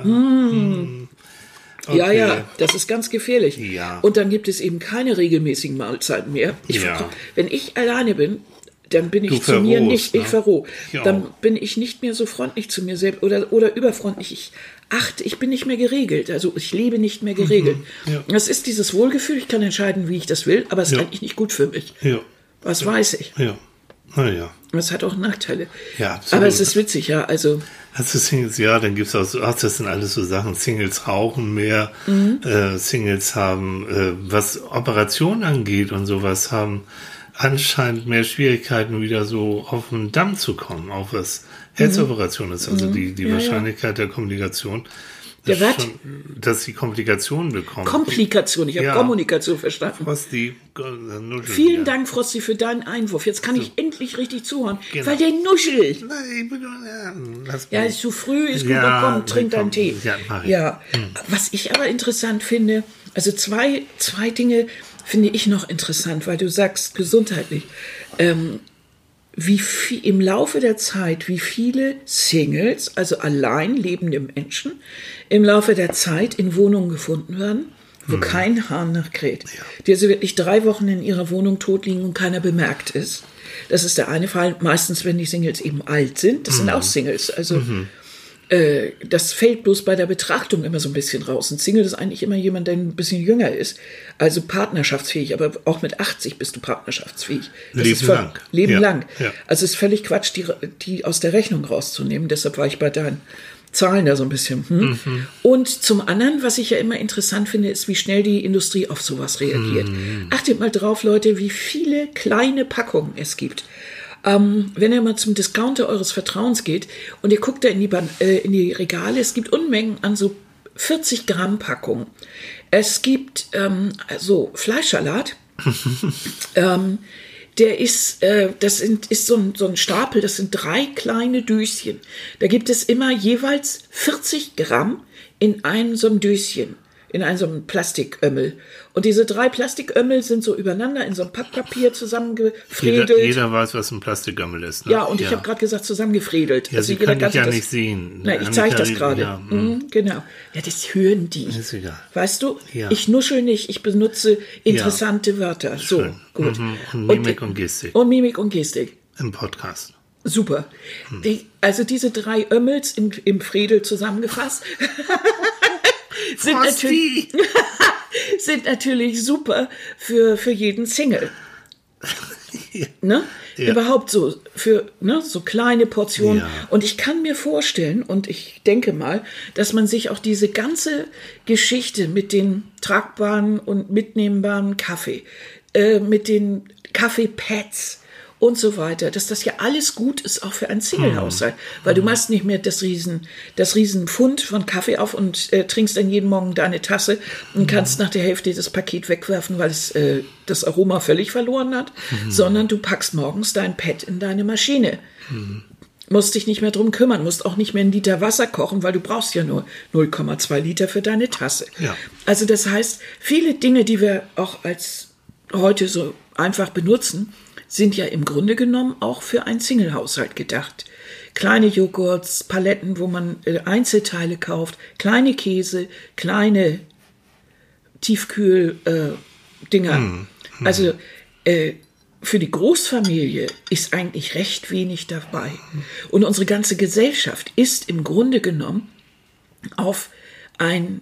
Okay. Ja, das ist ganz gefährlich. Ja. Und dann gibt es eben keine regelmäßigen Mahlzeiten mehr. Wenn ich alleine bin, dann bin ich zu mir nicht, ich verroh. Dann bin ich nicht mehr so freundlich zu mir selbst oder überfreundlich. Ich bin nicht mehr geregelt. Also ich lebe nicht mehr geregelt. Das ist dieses Wohlgefühl, ich kann entscheiden, wie ich das will, aber es ist eigentlich nicht gut für mich. Ja. Was weiß ich. Ja. Naja. Das hat auch Nachteile. Ja, absolut. Aber es ist witzig, ja. Also Singles, dann gibt es auch so, das sind alles so Sachen. Singles rauchen mehr, Singles haben, was Operationen angeht und sowas, haben anscheinend mehr Schwierigkeiten, wieder so auf den Damm zu kommen, auch was Herzoperation ist. Also die Wahrscheinlichkeit der Komplikation. Der was? Dass sie Komplikationen bekommen. Komplikation, ich habe Kommunikation verstanden. Frosty, Vielen Dank, Frosty, für deinen Einwurf. Jetzt kann ich endlich richtig zuhören, weil der nuschelt. Ist zu früh, ist gut, komm, trink deinen Tee. Was ich aber interessant finde, also zwei Dinge finde ich noch interessant, weil du sagst, gesundheitlich, wie viel im Laufe der Zeit, wie viele Singles, also allein lebende Menschen, im Laufe der Zeit in Wohnungen gefunden werden, wo kein Hahn nachkräht. Die also wirklich 3 Wochen in ihrer Wohnung tot liegen und keiner bemerkt ist. Das ist der eine Fall. Meistens, wenn die Singles eben alt sind, das sind auch Singles. Also das fällt bloß bei der Betrachtung immer so ein bisschen raus. Ein Single ist eigentlich immer jemand, der ein bisschen jünger ist. Also partnerschaftsfähig, aber auch mit 80 bist du partnerschaftsfähig. Leben lang. Ja. Also es ist völlig Quatsch, die aus der Rechnung rauszunehmen. Deshalb war ich bei deinen Zahlen da so ein bisschen. Und zum anderen, was ich ja immer interessant finde, ist, wie schnell die Industrie auf sowas reagiert. Achtet mal drauf, Leute, wie viele kleine Packungen es gibt. Wenn ihr mal zum Discounter eures Vertrauens geht und ihr guckt da in die Regale, es gibt Unmengen an so 40 Gramm Packungen. Es gibt Fleischsalat, der ist, ist so ein Stapel, das sind 3 kleine Döschen. Da gibt es immer jeweils 40 Gramm in einem so einem Döschen, in einem so einem Plastikömmel. Und diese 3 Plastikömmel sind so übereinander in so einem Papppapier zusammengefriedelt. Jeder weiß, was ein Plastikömmel ist. Ne? Ja, und ich habe gerade gesagt, zusammengefriedelt. Ja, also Sie können dich ja nicht sehen. Nein, ich zeige das gerade. Ja, genau. Ja, das hören die. Ist egal. Weißt du, ich nuschel nicht, ich benutze interessante Wörter. So, schön. Gut. Und Mimik und Gestik. Und Mimik und Gestik. Im Podcast. Super. Also diese 3 Ömmels im Friedel zusammengefasst sind natürlich super für jeden Single. Ne? Ja. Überhaupt so für so kleine Portionen. Ja. Und ich kann mir vorstellen, und ich denke mal, dass man sich auch diese ganze Geschichte mit den tragbaren und mitnehmbaren Kaffee, mit den Kaffeepads und so weiter, dass das ja alles gut ist, auch für einen Single-Haushalt. Weil du machst nicht mehr das riesen Pfund von Kaffee auf und trinkst dann jeden Morgen deine Tasse und kannst nach der Hälfte das Paket wegwerfen, weil es das Aroma völlig verloren hat, sondern du packst morgens dein Pad in deine Maschine. Musst dich nicht mehr drum kümmern, musst auch nicht mehr 1 Liter Wasser kochen, weil du brauchst ja nur 0,2 Liter für deine Tasse. Ja. Also das heißt, viele Dinge, die wir auch als heute so einfach benutzen, sind ja im Grunde genommen auch für einen Single-Haushalt gedacht. Kleine Joghurts, Paletten, wo man Einzelteile kauft, kleine Käse, kleine Tiefkühl-Dinger. Also für die Großfamilie ist eigentlich recht wenig dabei. Und unsere ganze Gesellschaft ist im Grunde genommen auf ein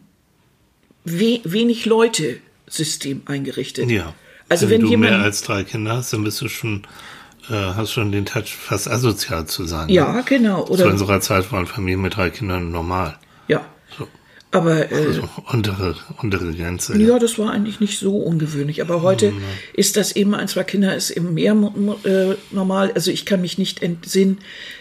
wenig Leute-System eingerichtet. Ja. Also wenn du jemand mehr als 3 Kinder hast, dann bist du schon, hast schon den Touch, fast asozial zu sein. Ja, genau. Oder zu unserer Zeit waren Familien mit 3 Kindern normal. Ja. So. Aber also untere Grenze. Ja, das war eigentlich nicht so ungewöhnlich. Aber heute ist das eben 1, 2 Kinder ist eben mehr normal. Also ich kann mich nicht entsinnen,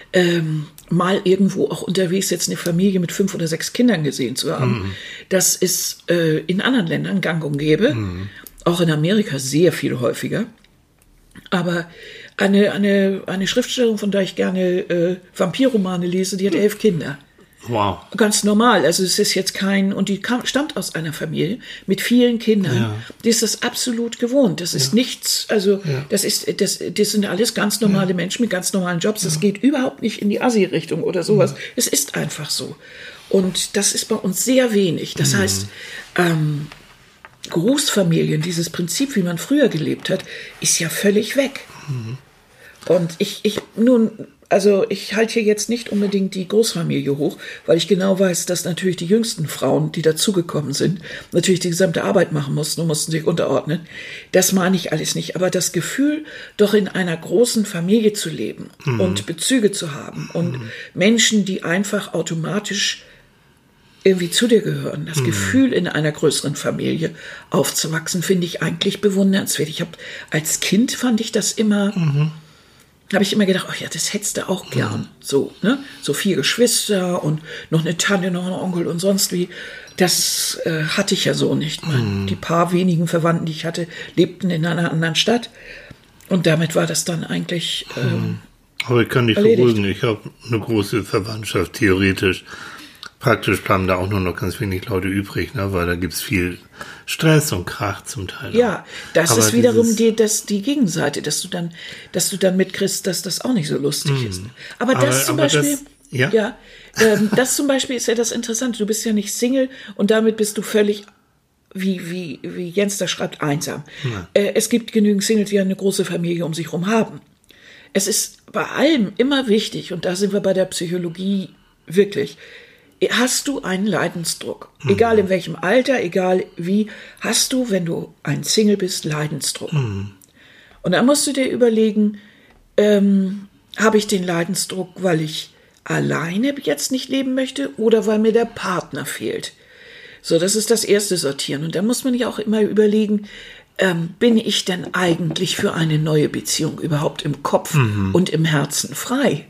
mal irgendwo auch unterwegs jetzt eine Familie mit 5 oder 6 Kindern gesehen zu haben. Das ist in anderen Ländern gang und gäbe. Auch in Amerika sehr viel häufiger. Aber eine Schriftstellerin, von der ich gerne Vampirromane lese, die hat 11 Kinder. Wow. Ganz normal. Also es ist jetzt und die stammt aus einer Familie mit vielen Kindern. Ja. Die ist das absolut gewohnt. Das ist nichts, also das sind alles ganz normale Menschen mit ganz normalen Jobs. Das geht überhaupt nicht in die Assi-Richtung oder sowas. Es ist einfach so. Und das ist bei uns sehr wenig. Das heißt, Großfamilien, dieses Prinzip, wie man früher gelebt hat, ist ja völlig weg. Und ich halte hier jetzt nicht unbedingt die Großfamilie hoch, weil ich genau weiß, dass natürlich die jüngsten Frauen, die dazugekommen sind, natürlich die gesamte Arbeit machen mussten und mussten sich unterordnen. Das meine ich alles nicht. Aber das Gefühl, doch in einer großen Familie zu leben und Bezüge zu haben und Menschen, die einfach automatisch irgendwie zu dir gehören, das Gefühl, in einer größeren Familie aufzuwachsen, finde ich eigentlich bewundernswert. Als Kind fand ich das immer... habe ich immer gedacht, ach ja, das hättest du auch gern. So, ne? So 4 Geschwister und noch eine Tante, noch ein Onkel und sonst wie. Das hatte ich ja so nicht. Die paar wenigen Verwandten, die ich hatte, lebten in einer anderen Stadt. Und damit war das dann eigentlich aber ich kann dich erledigt. beruhigen, ich habe eine große Verwandtschaft, theoretisch. Praktisch bleiben da auch nur noch ganz wenig Leute übrig, ne? Weil da gibt es viel Stress und Krach zum Teil. Ja, das aber ist wiederum die Gegenseite, dass du dann mitkriegst, dass das auch nicht so lustig ist. Aber das zum Beispiel, das zum Beispiel ist ja das Interessante. Du bist ja nicht Single und damit bist du völlig, wie Jens da schreibt, einsam. Ja. Es gibt genügend Singles, die eine große Familie um sich herum haben. Es ist bei allem immer wichtig, und da sind wir bei der Psychologie wirklich, hast du einen Leidensdruck? Egal in welchem Alter, egal wie, hast du, wenn du ein Single bist, Leidensdruck. Und dann musst du dir überlegen, habe ich den Leidensdruck, weil ich alleine jetzt nicht leben möchte oder weil mir der Partner fehlt? So, das ist das erste Sortieren. Und da muss man ja auch immer überlegen, bin ich denn eigentlich für eine neue Beziehung überhaupt im Kopf und im Herzen frei?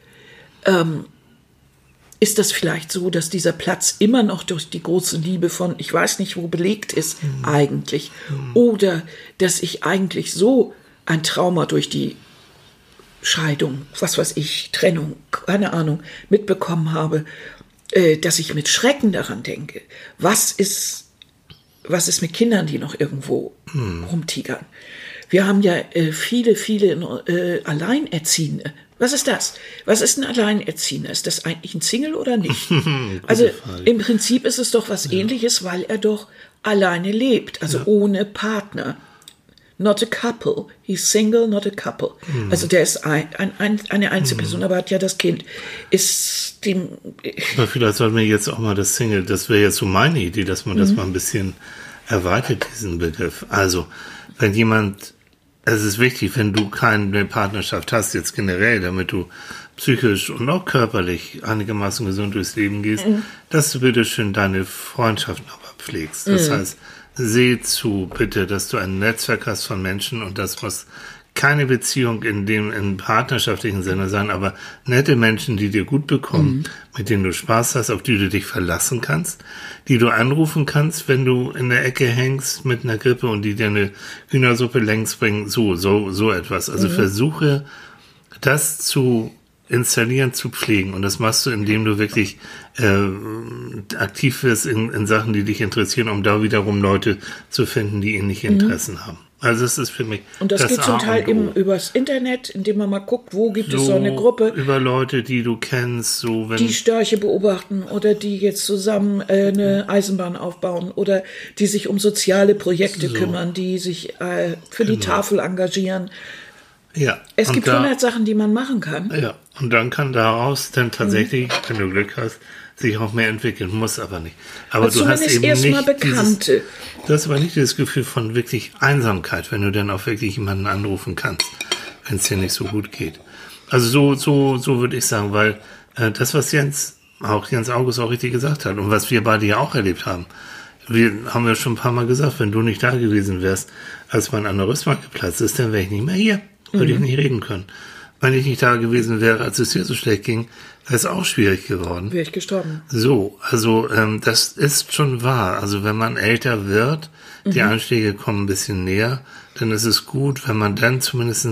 Ist das vielleicht so, dass dieser Platz immer noch durch die große Liebe von, ich weiß nicht wo, belegt ist eigentlich? Oder dass ich eigentlich so ein Trauma durch die Scheidung, was weiß ich, Trennung, keine Ahnung, mitbekommen habe, dass ich mit Schrecken daran denke. Was ist mit Kindern, die noch irgendwo rumtigern? Wir haben ja viele Alleinerziehende. Was ist das? Was ist ein Alleinerziehender? Ist das eigentlich ein Single oder nicht? Also im Prinzip ist es doch was Ähnliches, weil er doch alleine lebt, also ohne Partner. Not a couple. He's single, not a couple. Also der ist eine Einzelperson, aber hat ja das Kind. Aber vielleicht sollten wir jetzt auch mal das Single, das wäre jetzt so meine Idee, dass man das mal ein bisschen erweitert, diesen Begriff. Also, wenn jemand... Es ist wichtig, wenn du keine Partnerschaft hast, jetzt generell, damit du psychisch und auch körperlich einigermaßen gesund durchs Leben gehst, dass du bitte schön deine Freundschaft noch pflegst. Das heißt, seh zu, bitte, dass du ein Netzwerk hast von Menschen, und das muss keine Beziehung in partnerschaftlichen Sinne sein, aber nette Menschen, die dir gut bekommen, mit denen du Spaß hast, auf die du dich verlassen kannst, die du anrufen kannst, wenn du in der Ecke hängst mit einer Grippe und die dir eine Hühnersuppe längs bringen, so etwas. Also versuche, das zu installieren, zu pflegen, und das machst du, indem du wirklich aktiv wirst in Sachen, die dich interessieren, um da wiederum Leute zu finden, die ähnliche Interessen haben. Also es ist für mich Und das geht zum Teil eben übers Internet, indem man mal guckt, wo gibt es so eine Gruppe. Über Leute, die du kennst. So, wenn die Störche beobachten oder die jetzt zusammen eine Eisenbahn aufbauen oder die sich um soziale Projekte kümmern, die sich für die Tafel engagieren. Ja. Es gibt 100 Sachen, die man machen kann. Ja, und dann kann daraus dann tatsächlich, wenn du Glück hast, sich auch mehr entwickeln, muss aber nicht. Aber du hast eben nicht Bekannte. Du hast aber nicht das Gefühl von wirklich Einsamkeit, wenn du dann auch wirklich jemanden anrufen kannst, wenn es dir nicht so gut geht. Also so würde ich sagen, weil das, was Jens August auch richtig gesagt hat und was wir beide ja auch erlebt haben, wir haben ja schon ein paar Mal gesagt, wenn du nicht da gewesen wärst, als mein Aneurysma geplatzt ist, dann wäre ich nicht mehr hier, würde ich nicht reden können. Wenn ich nicht da gewesen wäre, als es dir so schlecht ging, wäre es auch schwierig geworden. Wäre ich gestorben. So, also das ist schon wahr. Also wenn man älter wird, die Einschläge kommen ein bisschen näher, dann ist es gut, wenn man dann zumindest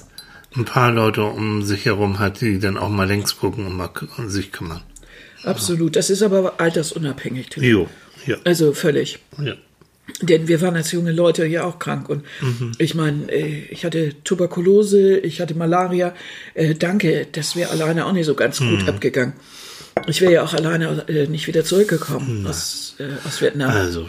ein paar Leute um sich herum hat, die dann auch mal längs gucken und mal um sich kümmern. Absolut. Das ist aber altersunabhängig. Jo, ja. Also völlig. Ja. Denn wir waren als junge Leute ja auch krank. Und ich meine, ich hatte Tuberkulose, ich hatte Malaria. Danke, das wäre alleine auch nicht so ganz gut abgegangen. Ich wäre ja auch alleine nicht wieder zurückgekommen aus Vietnam. Also,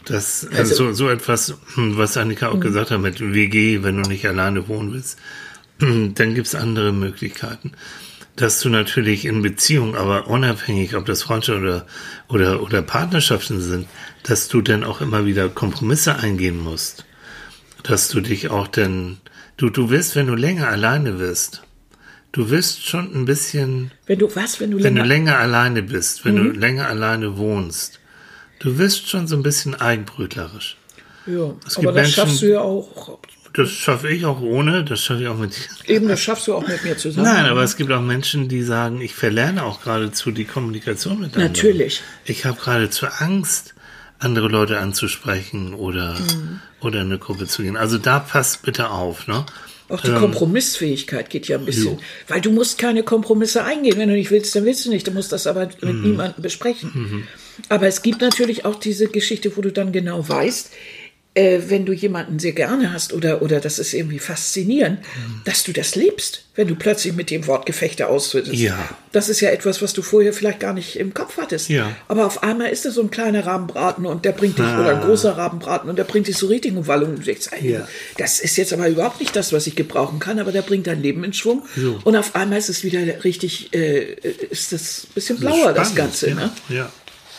so etwas, was Annika auch gesagt hat mit WG, wenn du nicht alleine wohnen willst, dann gibt's andere Möglichkeiten. Dass du natürlich in Beziehung, aber unabhängig, ob das Freundschaften oder Partnerschaften sind, dass du dann auch immer wieder Kompromisse eingehen musst. Dass du dich auch dann, du wirst, wenn du länger alleine bist, du wirst schon ein bisschen, wenn du länger alleine bist, wenn du länger alleine wohnst, du wirst schon so ein bisschen eigenbrötlerisch. Ja, aber das schaffst du ja auch. Das schaffe ich auch ohne, das schaffe ich auch mit dir. Eben, das schaffst du auch mit mir zusammen. Nein, aber es gibt auch Menschen, die sagen, ich verlerne auch geradezu die Kommunikation mit anderen. Natürlich. Ich habe geradezu Angst, andere Leute anzusprechen oder in eine Gruppe zu gehen. Also da passt bitte auf, ne? Auch die Kompromissfähigkeit geht ja ein bisschen. Weil du musst keine Kompromisse eingehen. Wenn du nicht willst, dann willst du nicht. Du musst das aber mit niemandem besprechen. Aber es gibt natürlich auch diese Geschichte, wo du dann genau weißt, wenn du jemanden sehr gerne hast oder das ist irgendwie faszinierend, dass du das lebst, wenn du plötzlich mit dem Wortgefechte ausführst. Ja. Das ist ja etwas, was du vorher vielleicht gar nicht im Kopf hattest. Ja. Aber auf einmal ist da so ein kleiner Rabenbraten und der bringt dich, oder ein großer Rabenbraten und der bringt dich so richtig in Wallung und du denkst, das ist jetzt aber überhaupt nicht das, was ich gebrauchen kann, aber der bringt dein Leben in Schwung. So. Und auf einmal ist es wieder richtig, ist das ein bisschen blauer, spannend, das Ganze. Ja. Ne? Ja.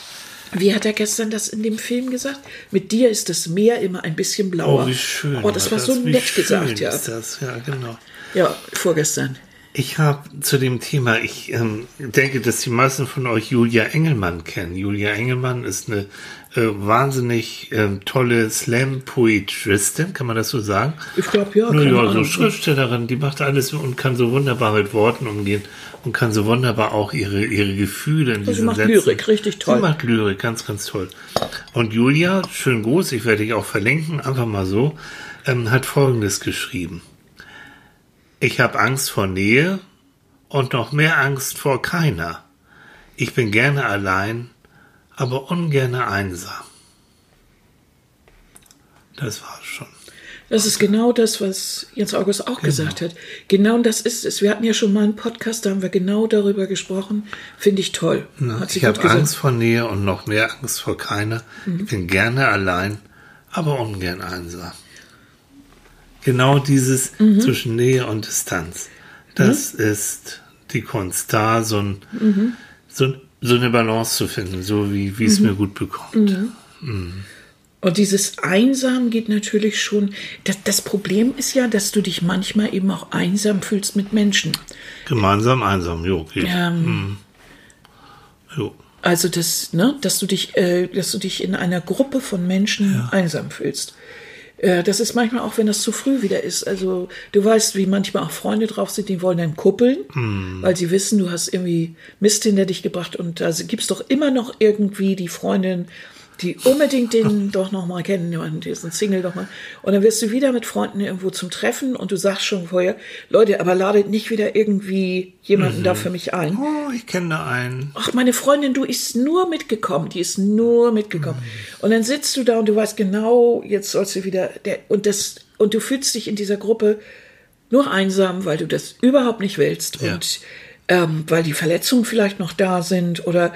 Wie hat er gestern das in dem Film gesagt? Mit dir ist das Meer immer ein bisschen blauer. Oh, wie schön. Oh, das war so nett gesagt, ja. Ist das? Ja, genau. Ja, vorgestern. Ich habe zu dem Thema, ich denke, dass die meisten von euch Julia Engelmann kennen. Julia Engelmann ist eine wahnsinnig tolle Slam-Poetristin, kann man das so sagen? Ich glaube, ja. Ja, so Schriftstellerin, die macht alles und kann so wunderbar mit Worten umgehen und kann so wunderbar auch ihre Gefühle in diesen Sätzen. Sie macht Lyrik, richtig toll. Sie macht Lyrik, ganz, ganz toll. Und Julia, schön groß, ich werde dich auch verlinken, einfach mal so, hat Folgendes geschrieben. Ich habe Angst vor Nähe und noch mehr Angst vor keiner. Ich bin gerne allein, aber ungerne einsam. Das war's schon. Das ist genau das, was Jens August auch gesagt hat. Genau das ist es. Wir hatten ja schon mal einen Podcast, da haben wir genau darüber gesprochen. Finde ich toll. Ich habe Angst vor Nähe und noch mehr Angst vor keiner. Ich bin gerne allein, aber ungern einsam. Genau dieses zwischen Nähe und Distanz. Das ist die Kunst, da so eine Balance zu finden, so wie es mir gut bekommt. Und dieses Einsam geht natürlich schon, das Problem ist ja, dass du dich manchmal eben auch einsam fühlst mit Menschen. Gemeinsam einsam, jo, geht. Jo. Also dass du dich in einer Gruppe von Menschen einsam fühlst. Das ist manchmal auch, wenn das zu früh wieder ist. Also du weißt, wie manchmal auch Freunde drauf sind, die wollen dann kuppeln, weil sie wissen, du hast irgendwie Mist hinter dich gebracht und da gibt's doch immer noch irgendwie die Freundin, die unbedingt den doch noch mal kennen, diesen Single doch mal. Und dann wirst du wieder mit Freunden irgendwo zum Treffen und du sagst schon vorher, Leute, aber ladet nicht wieder irgendwie jemanden da für mich ein. Oh, ich kenne da einen. Ach, meine Freundin, die ist nur mitgekommen. Und dann sitzt du da und du weißt genau, jetzt sollst du wieder, und das und du fühlst dich in dieser Gruppe nur einsam, weil du das überhaupt nicht willst und weil die Verletzungen vielleicht noch da sind oder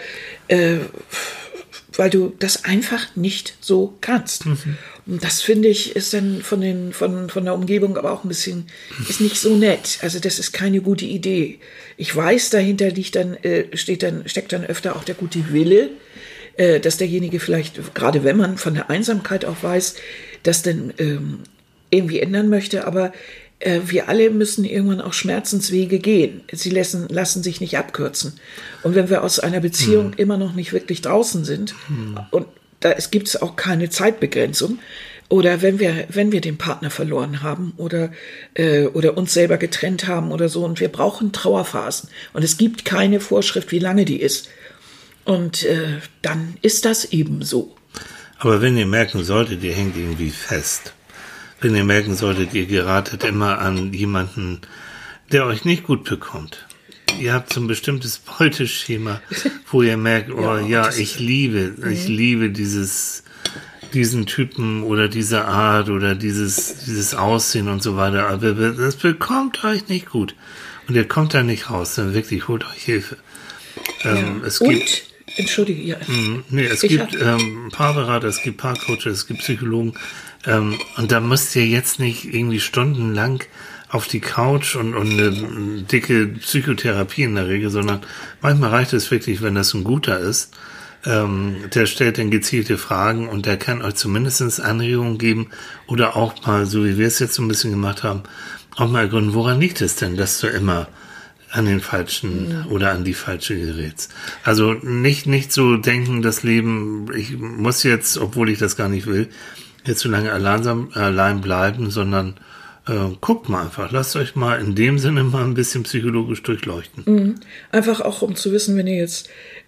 weil du das einfach nicht so kannst. Und das, finde ich, ist dann von der Umgebung aber auch ein bisschen, ist nicht so nett. Also das ist keine gute Idee. Ich weiß, dahinter steckt dann öfter auch der gute Wille, dass derjenige vielleicht, gerade wenn man von der Einsamkeit auch weiß, das dann irgendwie ändern möchte, aber wir alle müssen irgendwann auch Schmerzenswege gehen. Sie lassen sich nicht abkürzen. Und wenn wir aus einer Beziehung immer noch nicht wirklich draußen sind, und es gibt auch keine Zeitbegrenzung, oder wenn wir den Partner verloren haben oder uns selber getrennt haben oder so, und wir brauchen Trauerphasen. Und es gibt keine Vorschrift, wie lange die ist. Und dann ist das eben so. Aber wenn ihr merken solltet, ihr hängt irgendwie fest, wenn ihr merken solltet, ihr geratet immer an jemanden, der euch nicht gut bekommt. Ihr habt so ein bestimmtes Beuteschema, wo ihr merkt, ich liebe diesen Typen oder diese Art oder dieses Aussehen und so weiter, aber das bekommt euch nicht gut. Und ihr kommt da nicht raus, dann wirklich holt euch Hilfe. Entschuldige, ja. Es gibt Paarberater, es gibt Paarcoaches, es gibt Psychologen. Und da müsst ihr jetzt nicht irgendwie stundenlang auf die Couch und eine dicke Psychotherapie in der Regel, sondern manchmal reicht es wirklich, wenn das ein guter ist. Der stellt dann gezielte Fragen und der kann euch zumindest Anregungen geben oder auch mal, so wie wir es jetzt so ein bisschen gemacht haben, auch mal ergründen, woran liegt es denn, dass du immer an den falschen oder an die falsche gerätst. Also nicht so denken, das Leben, ich muss jetzt, obwohl ich das gar nicht will, jetzt so lange allein bleiben, sondern guckt mal einfach, lasst euch mal in dem Sinne mal ein bisschen psychologisch durchleuchten. Einfach auch, um zu wissen, wenn ihr jetzt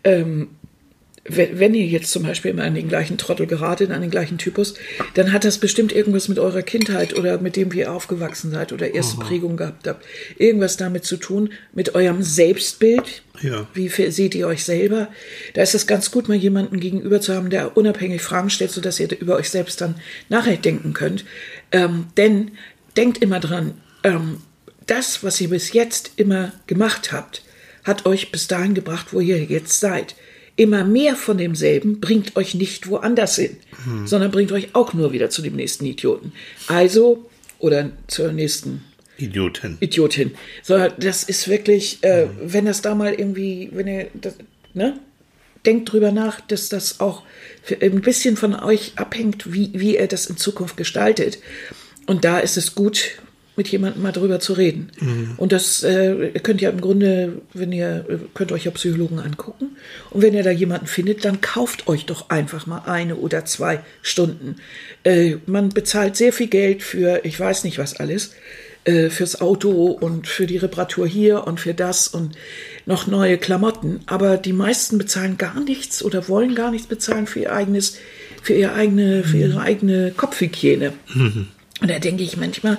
wenn ihr jetzt zum Beispiel immer an den gleichen Trottel geratet, an den gleichen Typus, dann hat das bestimmt irgendwas mit eurer Kindheit oder mit dem, wie ihr aufgewachsen seid oder erste Prägung gehabt habt. Irgendwas damit zu tun, mit eurem Selbstbild. Ja. Wie seht ihr euch selber? Da ist es ganz gut, mal jemanden gegenüber zu haben, der unabhängig Fragen stellt, sodass ihr über euch selbst dann nachher denken könnt. Denn denkt immer dran, das, was ihr bis jetzt immer gemacht habt, hat euch bis dahin gebracht, wo ihr jetzt seid. Immer mehr von demselben bringt euch nicht woanders hin, sondern bringt euch auch nur wieder zu dem nächsten Idioten. Also, oder zur nächsten Idiotin. So, das ist wirklich, wenn das da mal irgendwie, wenn ihr das, denkt drüber nach, dass das auch ein bisschen von euch abhängt, wie ihr das in Zukunft gestaltet. Und da ist es gut, mit jemandem mal drüber zu reden. Und das könnt ihr im Grunde, könnt euch ja Psychologen angucken. Und wenn ihr da jemanden findet, dann kauft euch doch einfach mal 1 oder 2 Stunden. Man bezahlt sehr viel Geld für, ich weiß nicht was alles, fürs Auto und für die Reparatur hier und für das und noch neue Klamotten. Aber die meisten bezahlen gar nichts oder wollen gar nichts bezahlen für ihre eigene Kopfhygiene. Und da denke ich manchmal,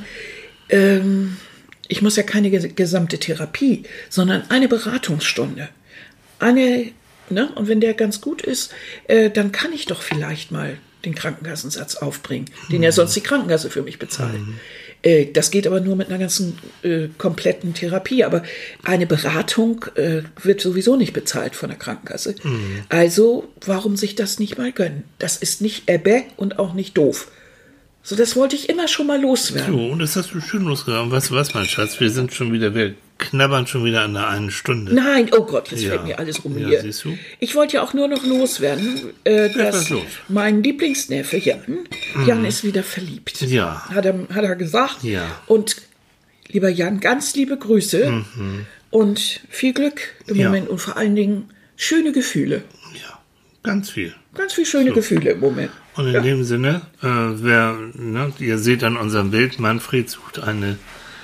ich muss ja keine gesamte Therapie, sondern eine Beratungsstunde. Und wenn der ganz gut ist, dann kann ich doch vielleicht mal den Krankenkassensatz aufbringen, den ja sonst die Krankenkasse für mich bezahlt. Das geht aber nur mit einer ganzen kompletten Therapie. Aber eine Beratung wird sowieso nicht bezahlt von der Krankenkasse. Also warum sich das nicht mal gönnen? Das ist nicht Ebbe und auch nicht doof. So, das wollte ich immer schon mal loswerden. So, und das hast du schön losgegangen. Weißt du was, mein Schatz? Wir knabbern schon wieder an der 1 Stunde. Nein, oh Gott, jetzt fällt mir alles um hier. Siehst du? Ich wollte ja auch nur noch loswerden, dass mein Lieblingsneffe Jan ist wieder verliebt. Ja. Hat er gesagt. Ja. Und lieber Jan, ganz liebe Grüße und viel Glück im Moment und vor allen Dingen schöne Gefühle. Ja, ganz viel. Ganz viel schöne Gefühle im Moment. Und in dem Sinne, ihr seht an unserem Bild, Manfred sucht eine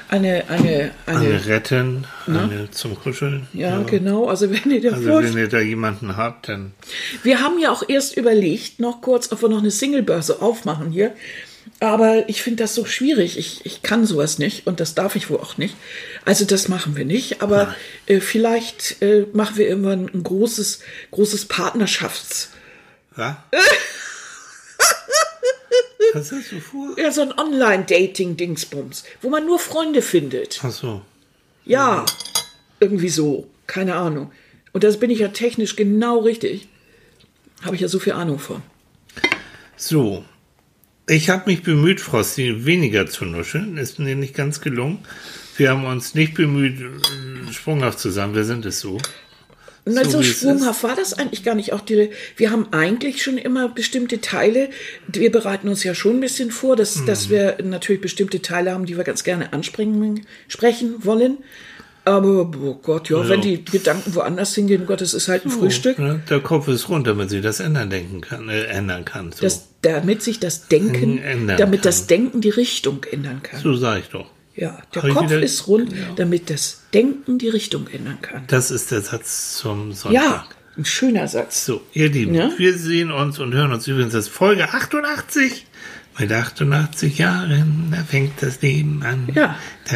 Rettin, eine zum Kuscheln. Ja, genau. Also wenn ihr da jemanden habt, dann... Wir haben ja auch erst überlegt, noch kurz, ob wir noch eine Singlebörse aufmachen hier. Aber ich finde das so schwierig. Ich kann sowas nicht und das darf ich wohl auch nicht. Also das machen wir nicht. Aber vielleicht machen wir irgendwann ein großes Partnerschafts... Was? Was hast du vor? Ja, so ein Online-Dating-Dingsbums, wo man nur Freunde findet. Ach so. Ja, irgendwie so. Keine Ahnung. Und das bin ich ja technisch genau richtig. Habe ich ja so viel Ahnung von. So. Ich habe mich bemüht, Frosty, weniger zu nuscheln. Ist mir nicht ganz gelungen. Wir haben uns nicht bemüht, sprunghaft zu sein. Wir sind es so. Und so wie es schwunghaft war das eigentlich gar nicht. Auch wir haben eigentlich schon immer bestimmte Teile. Wir bereiten uns ja schon ein bisschen vor, dass wir natürlich bestimmte Teile haben, die wir ganz gerne sprechen wollen. Aber, oh Gott, ja, wenn die Gedanken woanders hingehen, Gott, das ist halt ein Frühstück. Ne? Der Kopf ist rund, damit sie das ändern kann. So. Damit sich das Denken, das Denken die Richtung ändern kann. So sage ich doch. Ja, der Kopf ist rund, damit das Denken die Richtung ändern kann. Das ist der Satz zum Sonntag. Ja, ein schöner Satz. So, ihr Lieben, Ja? wir sehen uns und hören uns übrigens, das ist Folge 88. Mit 88 Jahren, da fängt das Leben an. Ja.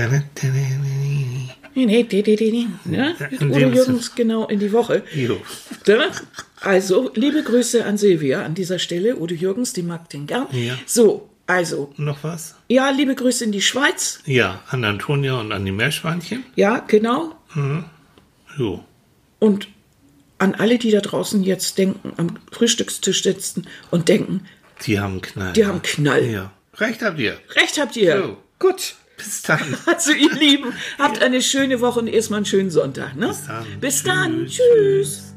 Ja, Udo Jürgens genau in die Woche. Jo. Also, liebe Grüße an Silvia an dieser Stelle. Udo Jürgens, die mag den gern. Ja. So, also, Noch was? ja, liebe Grüße in die Schweiz. Ja, an Antonia und an die Meerschweinchen. Ja, genau. Jo. Und an alle, die da draußen jetzt denken, am Frühstückstisch sitzen und denken, Die haben Knall. die haben Knall. Ja. Recht habt ihr. Recht habt ihr. So. Gut. Bis dann. Also, ihr Lieben, habt eine schöne Woche und erstmal einen schönen Sonntag. Ne? Bis dann. Bis dann. Tschüss. Tschüss.